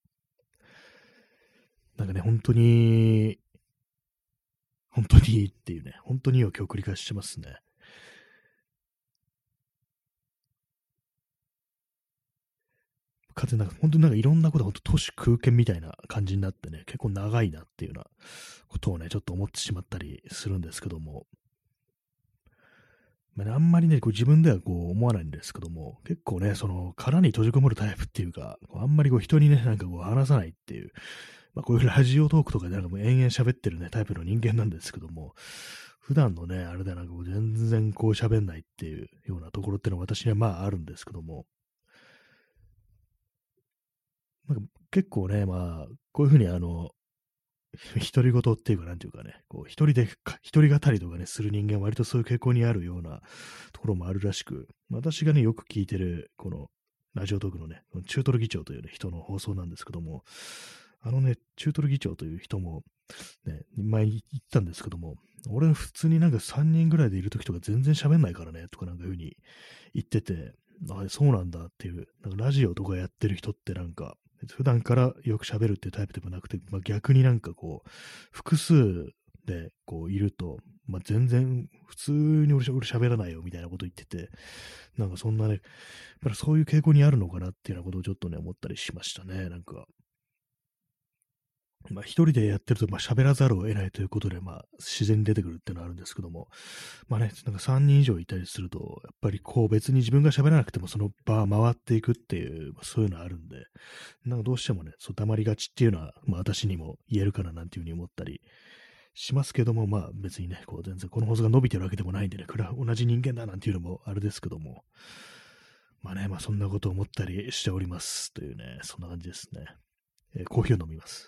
なんかね、本当に、本当にいいっていうね、本当にいいを今日繰り返してますね。かつなんか本当になんかいろんなことが本当都市空間みたいな感じになってね、結構長いなっていうようなことをね、ちょっと思ってしまったりするんですけども、まあね、あんまりね、こう自分ではこう思わないんですけども、結構ね、その殻に閉じこもるタイプっていうか、こうあんまりこう人にね、なんかこう話さないっていう、まあこういうラジオトークとかでなんかもう延々喋ってるね、タイプの人間なんですけども、普段のね、あれでなんかこう全然こう喋んないっていうようなところっていうのは私にはまああるんですけども、なんか結構ね、まあ、こういうふうにあの、独り言っていうか、なんていうかね、こう、一人でか、一人語りとかね、する人間は割とそういう傾向にあるようなところもあるらしく、私がね、よく聞いてる、この、ラジオトークのね、中トロ議長という、ね、人の放送なんですけども、あのね、中トロ議長という人も、ね、前に言ったんですけども、俺普通になんかさんにんぐらいでいる時とか全然喋んないからね、とかなんかいうふうに言ってて、あ、そうなんだっていう、なんかラジオとかやってる人ってなんか、普段からよく喋るっていうタイプでもなくて、まあ、逆になんかこう、複数でこういると、まあ、全然普通に俺俺喋らないよみたいなこと言ってて、なんかそんなね、やっぱりそういう傾向にあるのかなっていうようなことをちょっとね、思ったりしましたね、なんか。まあ、一人でやってると、まあ、喋らざるを得ないということで、まあ、自然に出てくるっていうのはあるんですけども、まあね、なんかさんにん以上いたりすると、やっぱりこう別に自分が喋らなくてもその場は回っていくっていう、まあ、そういうのあるんで、なんかどうしてもね、そう黙りがちっていうのは、まあ私にも言えるかななんていうふうに思ったりしますけども、まあ別にね、こう全然この放送が伸びてるわけでもないんでね、これは同じ人間だなんていうのもあれですけども、まあね、まあそんなことを思ったりしておりますというね、そんな感じですね。えーコーヒーを飲みます。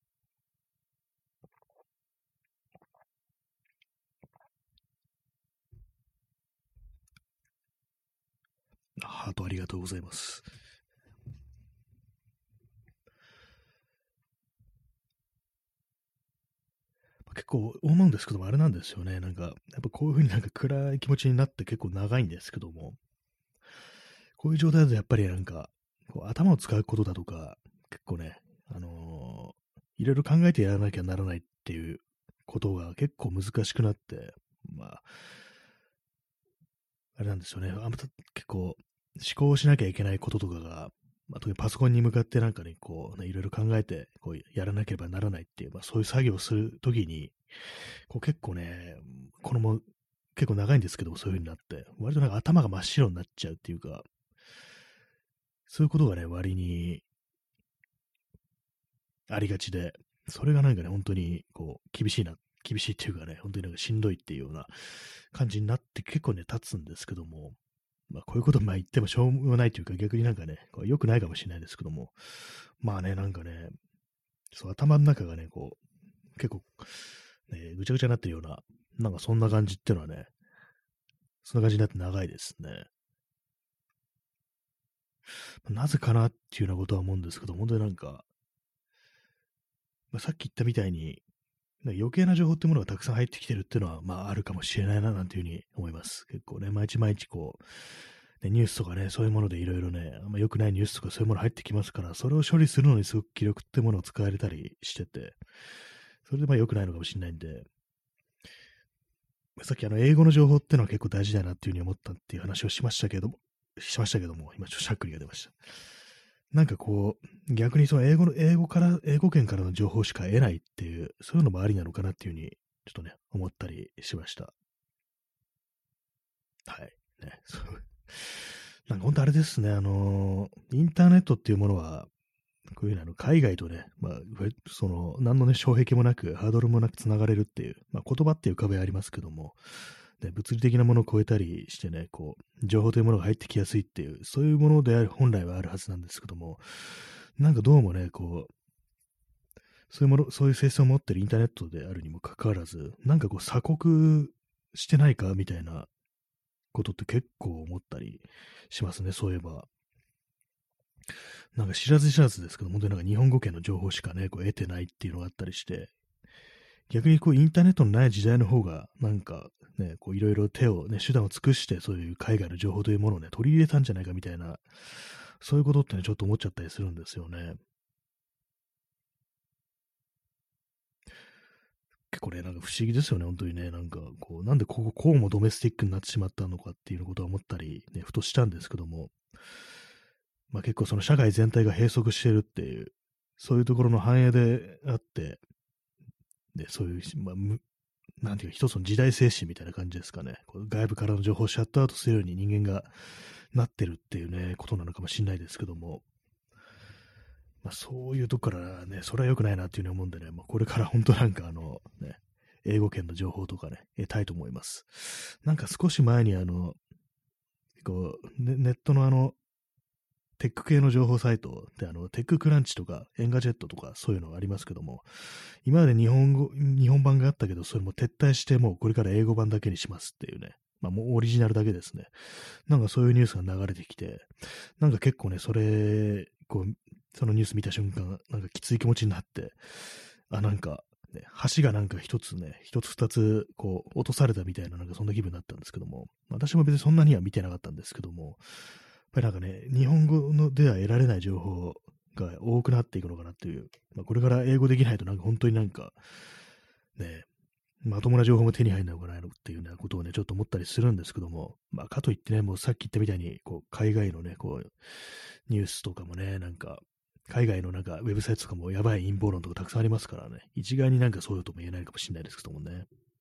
ハートありがとうございます。 結構思うんですけども、あれなんですよね。なんか、やっぱこういう風になんか暗い気持ちになって結構長いんですけども、こういう状態だとやっぱりなんか、こう頭を使うことだとか、結構ね、あのーいろいろ考えてやらなきゃならないっていうことが結構難しくなって、まあ、あれなんですよね。あんまた結構思考しなきゃいけないこととかが、まあ、特にパソコンに向かってなんかね、こうね、いろいろ考えて、こうやらなければならないっていう、まあそういう作業をするときに、こう結構ね、このも結構長いんですけども、そういう風になって、割となんか頭が真っ白になっちゃうっていうか、そういうことがね、割にありがちで、それがなんかね、本当にこう厳しいな、厳しいっていうかね、本当になんかしんどいっていうような感じになって結構ね、経つんですけども、まあこういうことまあ言ってもしょうもないというか、逆になんかね、こう良くないかもしれないですけども、まあね、なんかね、そう頭の中がね、こう、結構、ね、ぐちゃぐちゃになってるような、なんかそんな感じっていうのはね、そんな感じになって長いですね。なぜかなっていうようなことは思うんですけど、本当になんか、まあ、さっき言ったみたいに、なんか余計な情報ってものがたくさん入ってきてるっていうのは、まああるかもしれないななんていうふうに思います。結構ね、毎日毎日こう、ね、ニュースとかね、そういうものでいろいろね、あんま良くないニュースとかそういうもの入ってきますから、それを処理するのにすごく気力ってものを使われたりしてて、それでまあ良くないのかもしれないんで、さっきあの英語の情報ってのは結構大事だなっていうふうに思ったっていう話をしましたけども、しましたけども、今ちょっとしゃっくりが出ました。なんかこう、逆にその英語の、英語から、英語圏からの情報しか得ないっていう、そういうのもありなのかなっていうふうに、ちょっとね、思ったりしました。はい。ね、そう。なんか本当あれですね、あのーインターネットっていうものは、こういうふうにあの海外とね、まあ、その、何のね、障壁もなく、ハードルもなくつながれるっていう、まあ、言葉っていう壁ありますけども、ね、物理的なものを超えたりしてね、こう、情報というものが入ってきやすいっていう、そういうものである、本来はあるはずなんですけども、なんかどうもね、こう、そういうもの、そういう性質を持ってるインターネットであるにもかかわらず、なんかこう鎖国してないかみたいなことって結構思ったりしますね、そういえば。なんか知らず知らずですけど、本当になんか日本語圏の情報しかね、こう得てないっていうのがあったりして、逆にこうインターネットのない時代の方が、なんかね、こういろいろ手をね、手段を尽くして、そういう海外の情報というものをね、取り入れたんじゃないかみたいな、そういうことってね、ちょっと思っちゃったりするんですよね。結構ね、なんか不思議ですよね、本当にね。なんか、こう、なんでここ、こうもドメスティックになってしまったのかっていうことは思ったり、ね、ふとしたんですけども、まあ結構その社会全体が閉塞してるっていう、そういうところの反映であって、で、そういう、まあ、むなんていうか、一つの時代精神みたいな感じですかね。こう外部からの情報をシャットアウトするように人間がなってるっていうね、ことなのかもしれないですけども、まあ、そういうとこからね、それは良くないなっていうふうに思うんでね、まあ、これから本当なんかあの、ね、英語圏の情報とかね、得たいと思います。なんか少し前にあの、こう、ね、ネットのあの、テック系の情報サイトで、あの、テッククランチとか、エンガジェットとか、そういうのがありますけども、今まで日本語、日本版があったけど、それも撤退して、もうこれから英語版だけにしますっていうね、まあ、もうオリジナルだけですね。なんかそういうニュースが流れてきて、なんか結構ね、それ、こう、そのニュース見た瞬間、なんかきつい気持ちになって、あ、なんか、ね、橋がなんか一つね、一つ二つ、こう、落とされたみたいな、なんかそんな気分になったんですけども、私も別にそんなには見てなかったんですけども、やっぱりなんかね、日本語のでは得られない情報が多くなっていくのかなっていう、まあ、これから英語できないとなんか本当になんか、ね、まともな情報も手に入らないのかなっていうようなことをね、ちょっと思ったりするんですけども、まあ、かといってね、もうさっき言ったみたいに、こう、海外のね、こう、ニュースとかもね、なんか、海外のなんかウェブサイトとかもやばい陰謀論とかたくさんありますからね、一概になんかそういうとも言えないかもしれないですけどもね。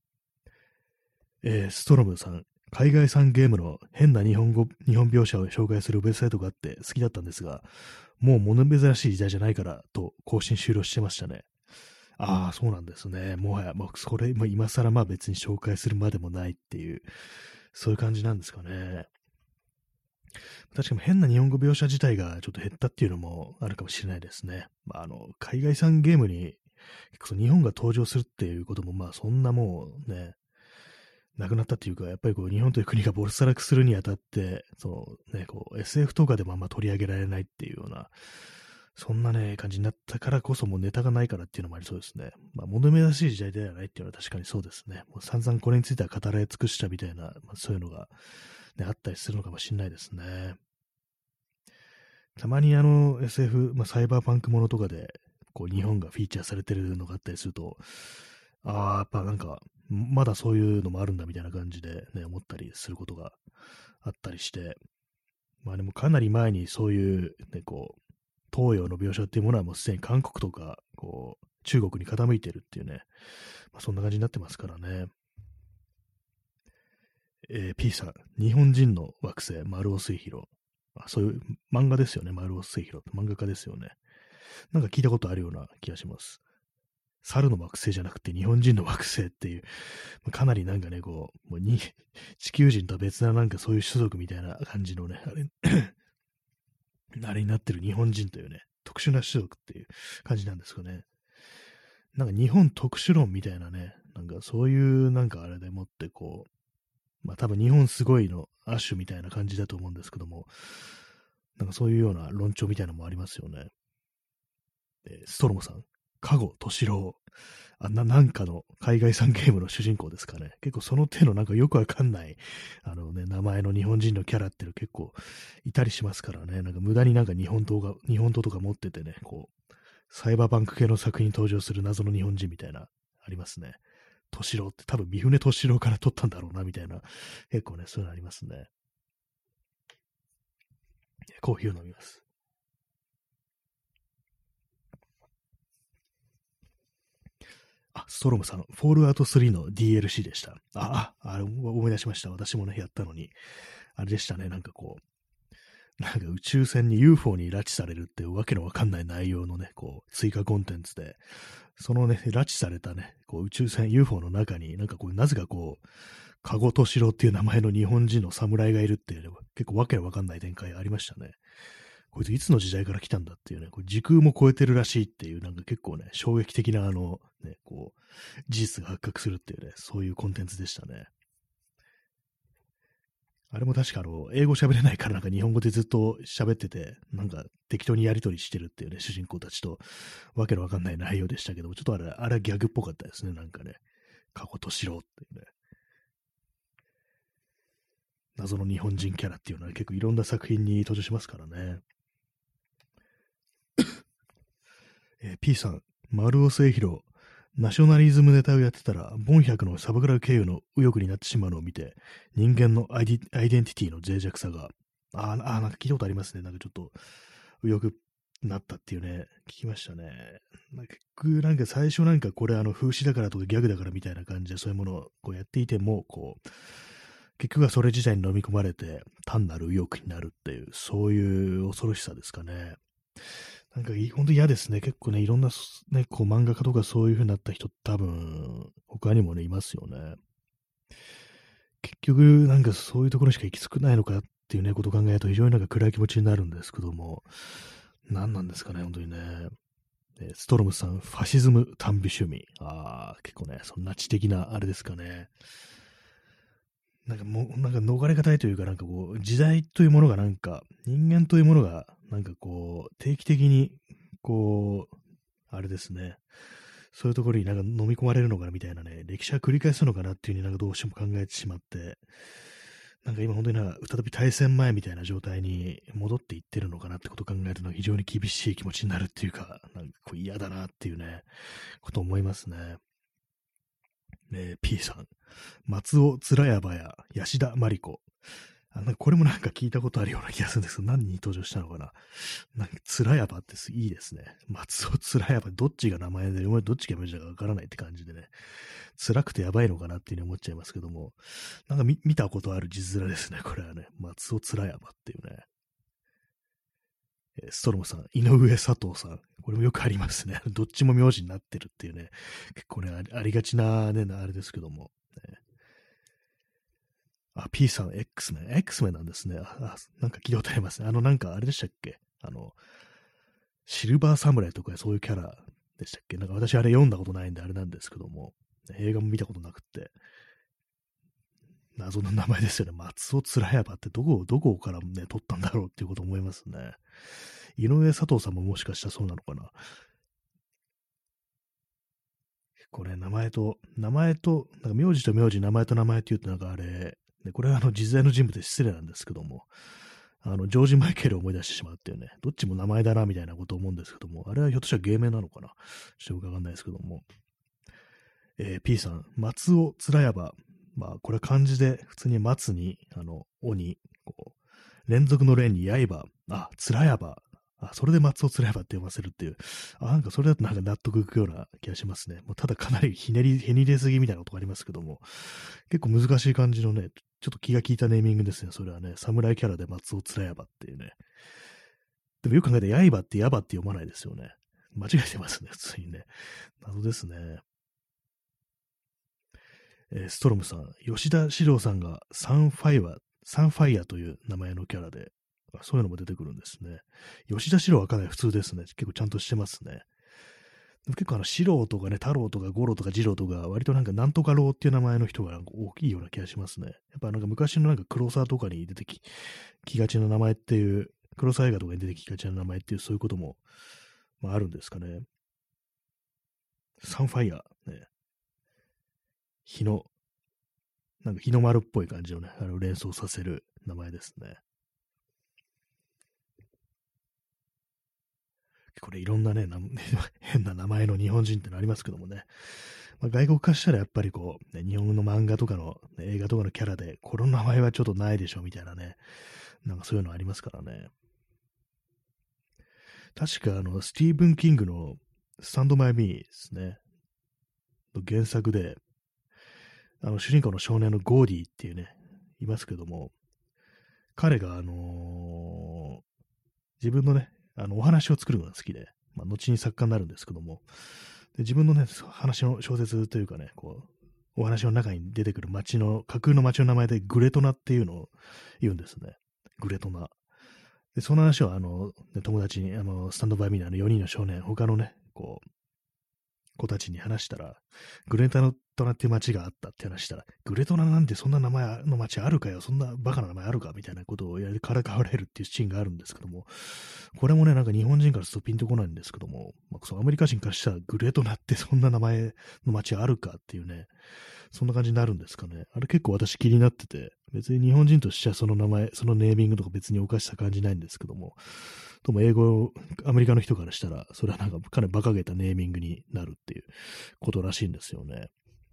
えー、ストロムさん、海外産ゲームの変な日本語、日本描写を紹介するウェブサイトがあって好きだったんですが、もう物珍しい時代じゃないからと更新終了してましたね。ああ、そうなんですね。もはや、もうそれ、もう今更まあ別に紹介するまでもないっていう、そういう感じなんですかね。確かに変な日本語描写自体がちょっと減ったっていうのもあるかもしれないですね。まあ、あの、海外産ゲームに結構日本が登場するっていうことも、まあそんなもうね、なくなったっていうか、やっぱりこう日本という国が没落するにあたって、そのね、こう エスエフ とかでもあんま取り上げられないっていうような、 そんなね、感じになったからこそもうネタがないからっていうのもありそうですね。まあ、物珍しい時代ではないっていうのは確かにそうですね。もう散々これについては語られ尽くしたみたいな、まあ、そういうのが、ね、あったりするのかもしれないですね。たまにあの エスエフ、まあ、サイバーパンクものとかで、こう日本がフィーチャーされてるのがあったりすると、ああ、やっぱなんか、まだそういうのもあるんだみたいな感じでね、思ったりすることがあったりして、まあでもかなり前にそういう、ね、こう、東洋の描写っていうものはもうすでに韓国とか、こう、中国に傾いてるっていうね、まあ、そんな感じになってますからね。えー、P さん、日本人の惑星、丸尾末広。あ、そういう漫画ですよね、丸尾末広。漫画家ですよね。なんか聞いたことあるような気がします。猿の惑星じゃなくて日本人の惑星っていう、かなりなんかね、こう、もうに地球人とは別ななんかそういう種族みたいな感じのね、あれ、あれになってる日本人というね、特殊な種族っていう感じなんですかね。なんか日本特殊論みたいなね、なんかそういうなんかあれでもってこう、まあ多分日本すごいの亜種みたいな感じだと思うんですけども、なんかそういうような論調みたいなのもありますよね。えーストロムさん、加護敏郎。あんななんかの海外産ゲームの主人公ですかね。結構その手のなんかよくわかんない、あのね、名前の日本人のキャラっていうの結構いたりしますからね。なんか無駄になんか日本刀が、日本刀とか持っててね、こう、サイバーバンク系の作品に登場する謎の日本人みたいな、ありますね。敏郎って多分三船敏郎から取ったんだろうな、みたいな。結構ね、そういうのありますね。コーヒーを飲みます。あ、ストロムさん、フォールアウトスリーの ディーエルシー でした。あ、あ、あれ思い出しました。私もね、やったのに。あれでしたね、なんかこう、なんか宇宙船に ユーフォー に拉致されるっていうわけのわかんない内容のね、こう、追加コンテンツで、そのね、拉致されたね、こう宇宙船 ユーフォー の中に、なんかこう、なぜかこう、カゴトシロっていう名前の日本人の侍がいるっていう、ね、結構わけのわかんない展開ありましたね。こいついつの時代から来たんだっていうね、これ時空も超えてるらしいっていう、なんか結構ね、衝撃的なあの、ね、こう、事実が発覚するっていうね、そういうコンテンツでしたね。あれも確かあの、英語喋れないからなんか日本語でずっと喋ってて、なんか適当にやりとりしてるっていうね、主人公たちと、わけのわかんない内容でしたけども、ちょっとあれ、あれはギャグっぽかったですね、なんかね。過去としろっていうね、謎の日本人キャラっていうのは結構いろんな作品に登場しますからね。えー P さん、丸尾末広、ナショナリズムネタをやってたら、ボン百のサブカル経由の右翼になってしまうのを見て、人間のアイディアイデンティティの脆弱さが、あーあー、なんか聞いたことありますね。なんかちょっと、右翼になったっていうね、聞きましたね。なんか結局、なんか最初なんかこれあの風刺だからとかギャグだからみたいな感じでそういうものをこうやっていても、こう、結局はそれ自体に飲み込まれて単なる右翼になるっていう、そういう恐ろしさですかね。なんかい、本当嫌ですね。結構ね、いろんな、ね、こう漫画家とかそういう風になった人多分、他にもね、いますよね。結局、なんかそういうところしか行き着くないのかっていうね、ことを考えると非常になんか暗い気持ちになるんですけども、何なんですかね、本当にね。えストロムさん、ファシズム短美趣味。ああ、結構ね、そんな知的なあれですかね。なんかもう、なんか逃れがたいというか、なんかこう、時代というものがなんか、人間というものが、なんかこう、定期的に、こう、あれですね、そういうところになんか飲み込まれるのかなみたいなね、歴史は繰り返すのかなっていうふうになんかどうしても考えてしまって、なんか今本当になんか再び大戦前みたいな状態に戻っていってるのかなってことを考えるのは非常に厳しい気持ちになるっていうか、なんかこう嫌だなっていうね、ことを思いますね。えー、P さん、松尾つらやばや、吉田真理子。あなんかこれもなんか聞いたことあるような気がするんですけど、何に登場したのかな。なんか、つらやばっていいですね。松尾つらやば、どっちが名前で、どっちが名字だかわからないって感じでね、辛くてやばいのかなっていうふうに思っちゃいますけども、なんか見見たことある字面ですね、これはね。松尾つらやばっていうね。えストロムさん、井上佐藤さん。これもよくありますね。どっちも名字になってるっていうね。結構ね、ありありがちなね、あれですけども。ね、あ、P さん、X メン。X メンなんですね。あ、あなんか聞いたことありますね。あの、なんかあれでしたっけあの、シルバーサムライとかそういうキャラでしたっけなんか私あれ読んだことないんであれなんですけども、映画も見たことなくって、謎の名前ですよね。松尾つらやばってどこ、どこからね、取ったんだろうっていうこと思いますね。 井上佐藤さんももしかしたらそうなのかな。これ、名前と、名前と、なんか名字と名字、名前と名前って言うとなんかあれ、ね、これはあの、実在の人物で失礼なんですけども、あの、ジョージ・マイケルを思い出してしまうっていうね、どっちも名前だな、みたいなことを思うんですけども、あれはひょっとしたら芸名なのかな、ちょっとよくわかんないですけども、えー P さん、松尾つらやば。まあ、これは漢字で、普通に松に、あの、尾に、こう、連続の連に刃。あ、つらやば。あ、それで松尾つらやばって読ませるっていう。あ、なんかそれだとなんか納得いくような気がしますね。もうただかなりひねり、へにれすぎみたいなことがありますけども、結構難しい感じのね、ちょっと気が利いたネーミングですね。それはね、侍キャラで松尾つらやばっていうね。でもよく考えて、刃ってやばって読まないですよね。間違えてますね、普通にね。謎ですね。えーストロムさん、吉田史郎さんがサンファイア、サンファイアという名前のキャラで、あそういうのも出てくるんですね。吉田史郎はかなり普通ですね。結構ちゃんとしてますね。でも結構あの、史郎とかね、太郎とか五郎とか次郎とか、割となんかなんとか郎っていう名前の人がなんか大きいような気がしますね。やっぱなんか昔のなんか黒沢とかに出てき、きがちな名前っていう、黒沢映画とかに出てきがちな名前っていう、そういうことも、まあ、あるんですかね。サンファイア、ね、日のなんか日の丸っぽい感じをね、あの連想させる名前ですね。これいろんなね、な変な名前の日本人ってのありますけどもね。まあ、外国からしたらやっぱりこう、ね、日本の漫画とかの、ね、映画とかのキャラで、この名前はちょっとないでしょみたいなね。なんかそういうのありますからね。確かあの、スティーブン・キングのスタンド・マイ・ミーですね。原作で、あの、主人公の少年のゴーディっていうね、いますけども、彼があのー自分のね、あの、お話を作るのが好きで、まあ、後に作家になるんですけども、で自分のね、話の小説というかね、こう、お話の中に出てくる街の、架空の街の名前でグレトナっていうのを言うんですね。グレトナ。で、その話を、あの、ね友達に、あの、スタンドバイミーのあのよにんの少年、他のね、こう、子たちに話したら、グレタノトナっていう街があったって話したら、グレトナなんてそんな名前の街あるかよ、そんなバカな名前あるかみたいなことをやりからかわれるっていうシーンがあるんですけども、これもね、なんか日本人からするとピンとこないんですけども、まあ、そうアメリカ人からしたらグレトナってそんな名前の街あるかっていうね、そんな感じになるんですかね。あれ結構私気になってて、別に日本人としてはその名前、そのネーミングとか別におかしさ感じないんですけども、とも英語、アメリカの人からしたら、それはなんかかなり馬鹿げたネーミングになるっていうことらしいんですよね。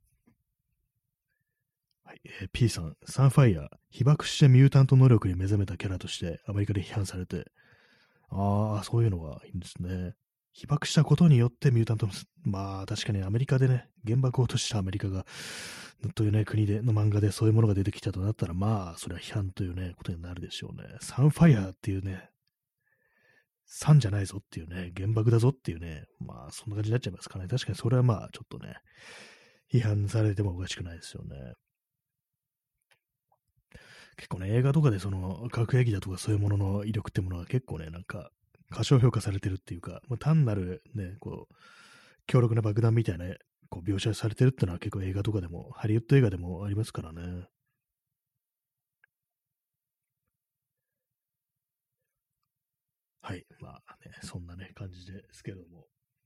はい、えー P さん、サンファイア、被爆してミュータント能力に目覚めたキャラとしてアメリカで批判されて、ああ、そういうのがいいんですね。被爆したことによってミュータントの、まあ確かにアメリカでね、原爆を落としたアメリカが、というね、国での漫画でそういうものが出てきたとなったら、まあ、それは批判というね、ことになるでしょうね。サンファイアっていうね、さんじゃないぞっていうね、原爆だぞっていうね、まあそんな感じになっちゃいますかね。確かにそれはまあちょっとね、批判されてもおかしくないですよね。結構ね、映画とかでその核兵器だとかそういうものの威力ってものは結構ね、なんか過小評価されてるっていうか、まあ、単なるね、こう、強力な爆弾みたいな、こう描写されてるってのは結構映画とかでも、ハリウッド映画でもありますからね。はい。まあね、そんなね、感じですけども。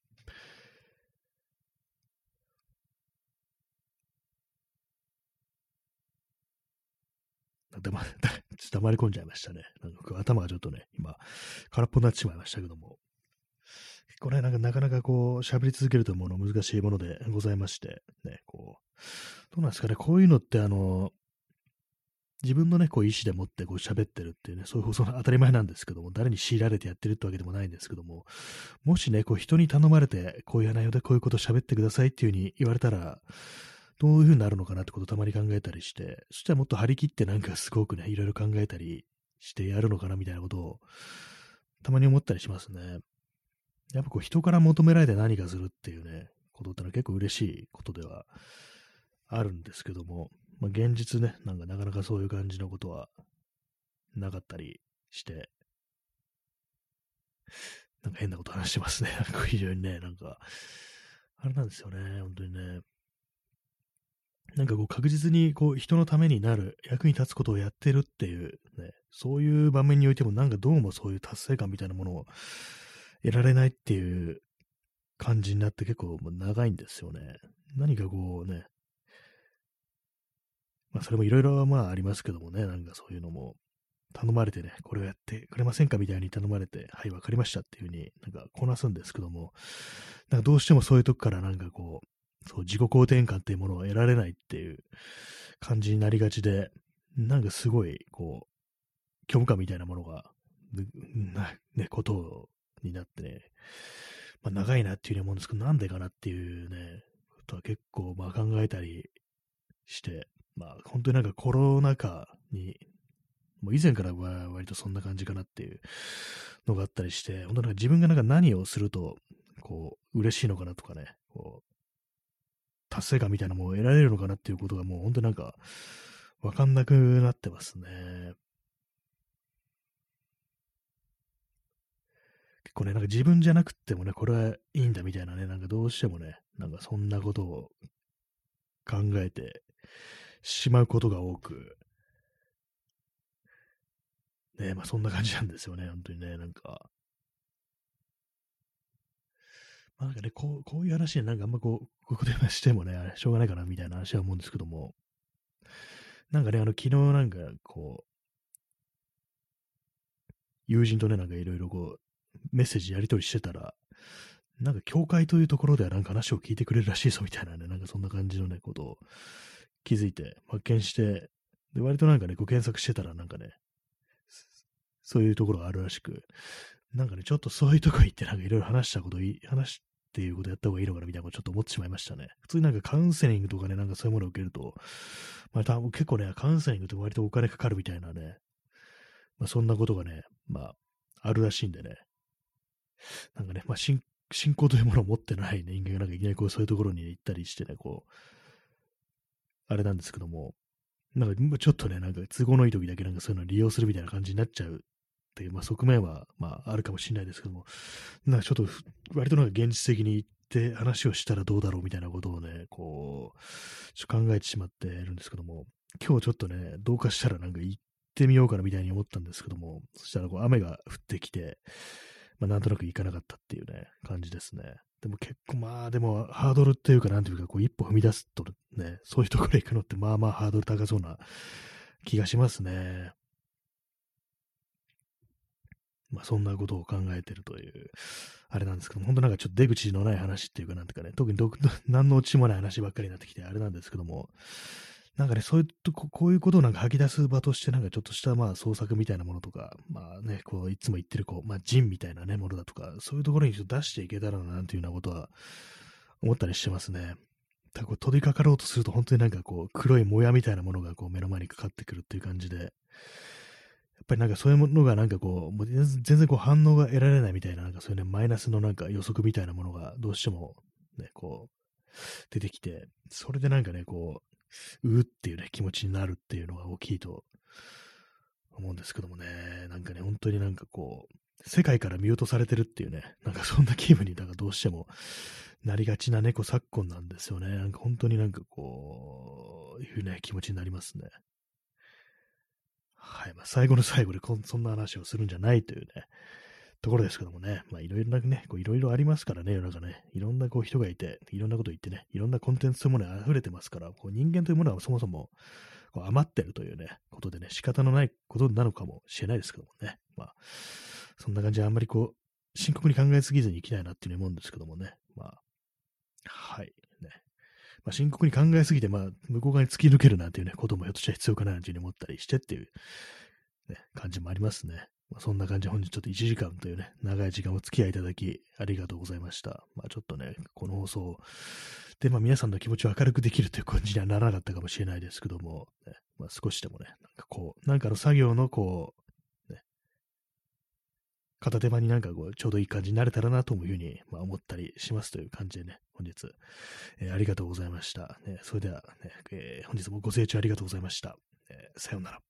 だま、だ黙り込んじゃいましたね。なんか頭がちょっとね、今、空っぽになってしまいましたけども。結構ね、なんかなかなかこう、喋り続けるというもの難しいものでございまして、ね、こう、どうなんですかね、こういうのってあの、自分のね、こう意思でもってこう喋ってるっていうね、そういうその当たり前なんですけども、誰に強いられてやってるってわけでもないんですけども、もしね、こう人に頼まれて、こういう内容でこういうこと喋ってくださいっていう風に言われたら、どういう風になるのかなってことをたまに考えたりして、そしたらもっと張り切ってなんかすごくね、いろいろ考えたりしてやるのかなみたいなことを、たまに思ったりしますね。やっぱこう人から求められて何かするっていうね、ことってのは結構嬉しいことではあるんですけども、まあ、現実ね、なんかなかなかそういう感じのことはなかったりして、なんか変なこと話してますね。なんか非常にね、なんか、あれなんですよね、本当にね。 なんかこう確実にこう人のためになる、役に立つことをやってるっていう、ね、そういう場面においてもなんかどうもそういう達成感みたいなものを得られないっていう感じになって結構もう長いんですよね。何かこうね、まあそれもいろいろまあありますけどもね、なんかそういうのも頼まれてね、これをやってくれませんかみたいに頼まれて、はい、わかりましたっていう風になんかこなすんですけども、なんかどうしてもそういうとこからなんかこう、そう自己肯定感っていうものを得られないっていう感じになりがちで、なんかすごいこう、虚無感みたいなものが、なね、ことになってね、まあ、長いなっていうふうに思うんですけど、なんでかなっていうね、ことは結構まあ考えたりして、まあ本当になんかコロナ禍に、もう以前からは割とそんな感じかなっていうのがあったりして、本当なんか自分がなんか何をすると、こう、嬉しいのかなとかね、こう、達成感みたいなものを得られるのかなっていうことがもう本当になんか、わかんなくなってますね。結構ね、なんか自分じゃなくってもね、これはいいんだみたいなね、なんかどうしてもね、なんかそんなことを考えてしまうことが多く、ね、まあそんな感じなんですよね、本当にね、なんか。まあなんかね、こう、こういう話でなんかあんまこう、ここでしてもね、しょうがないかなみたいな話は思うんですけども、なんかね、あの、昨日なんかこう、友人とね、なんかいろいろこう、メッセージやり取りしてたら、なんか教会というところではなんか話を聞いてくれるらしいぞみたいなね、なんかそんな感じのね、ことを気づいて、発見して、で、割となんかね、こう検索してたらなんかね、そういうところがあるらしく、なんかね、ちょっとそういうとこ行ってなんかいろいろ話したこといい、話していうことやった方がいいのかなみたいなことちょっと思ってしまいましたね。普通になんかカウンセリングとかね、なんかそういうものを受けると、まあ多分結構ね、カウンセリングって割とお金かかるみたいなね、まあそんなことがね、まあ、あるらしいんでね、なんかね、まあ信信仰というものを持ってない人間がなんかいきなりこうそういうところに行ったりしてね、こう、あれなんですけども、なんかちょっとね、なんか都合のいい時だけなんかそういうのを利用するみたいな感じになっちゃうっていう、まあ側面は、まああるかもしれないですけども、なんかちょっと割となんか現実的に言って話をしたらどうだろうみたいなことをね、こう、ちょっと考えてしまっているんですけども、今日ちょっとね、どうかしたらなんか行ってみようかなみたいに思ったんですけども、そしたらこう雨が降ってきて、まあなんとなく行かなかったっていうね、感じですね。でも結構まあでもハードルっていうかなんていうかこう一歩踏み出すとね、そういうところへ行くのってまあまあハードル高そうな気がしますね。まあそんなことを考えてるという、あれなんですけども、本当なんかちょっと出口のない話っていうかなんていうかね、特にど何のオチもない話ばっかりになってきてあれなんですけども、なんかね、そういうとこ、こういうことをなんか吐き出す場として、なんかちょっとしたまあ創作みたいなものとか、まあね、こういつも言ってるこう、まあジンみたいなね、ものだとか、そういうところにちょっと出していけたらな、なんていうようなことは思ったりしてますね。ただこう取り掛かろうとすると、本当になんかこう、黒いもやみたいなものがこう目の前にかかってくるっていう感じで、やっぱりなんかそういうものがなんかこう、もう全然全然こう反応が得られないみたいな、なんかそういうね、マイナスのなんか予測みたいなものがどうしてもね、こう、出てきて、それでなんかね、こう、うーっていうね、気持ちになるっていうのが大きいと思うんですけどもね、なんかね、本当になんかこう、世界から見落とされてるっていうね、なんかそんな気分になんかどうしてもなりがちな猫昨今なんですよね。なんか本当になんかこう、いうね、気持ちになりますね。はい。まあ、最後の最後でこんそんな話をするんじゃないというね、ところですけどもね。まあ、いろいろなね、こういろいろありますからね、世の中ね。いろんなこう人がいて、いろんなこと言ってね、いろんなコンテンツというものに溢れてますから、こう人間というものはそもそもこう余ってるというね、ことでね、仕方のないことなのかもしれないですけどもね。まあ、そんな感じであんまりこう、深刻に考えすぎずにいきたいなっていうふうに思うんですけどもね。まあ、はい。ね。まあ、深刻に考えすぎて、まあ、向こう側に突き抜けるなんていうね、こともひょっとしたら必要かななんていうふうに思ったりしてっていう、ね、感じもありますね。まあ、そんな感じで本日ちょっといちじかんというね、長い時間お付き合いいただきありがとうございました。まあちょっとね、この放送で、まあ皆さんの気持ちを明るくできるという感じにはならなかったかもしれないですけども、ね、まあ少しでもね、なんかこう、なんかの作業のこう、ね、片手間になんかこう、ちょうどいい感じになれたらなというふうに、まあ、思ったりしますという感じでね、本日、えーありがとうございました。ね、それでは、ね、えー本日もご清聴ありがとうございました。えーさようなら。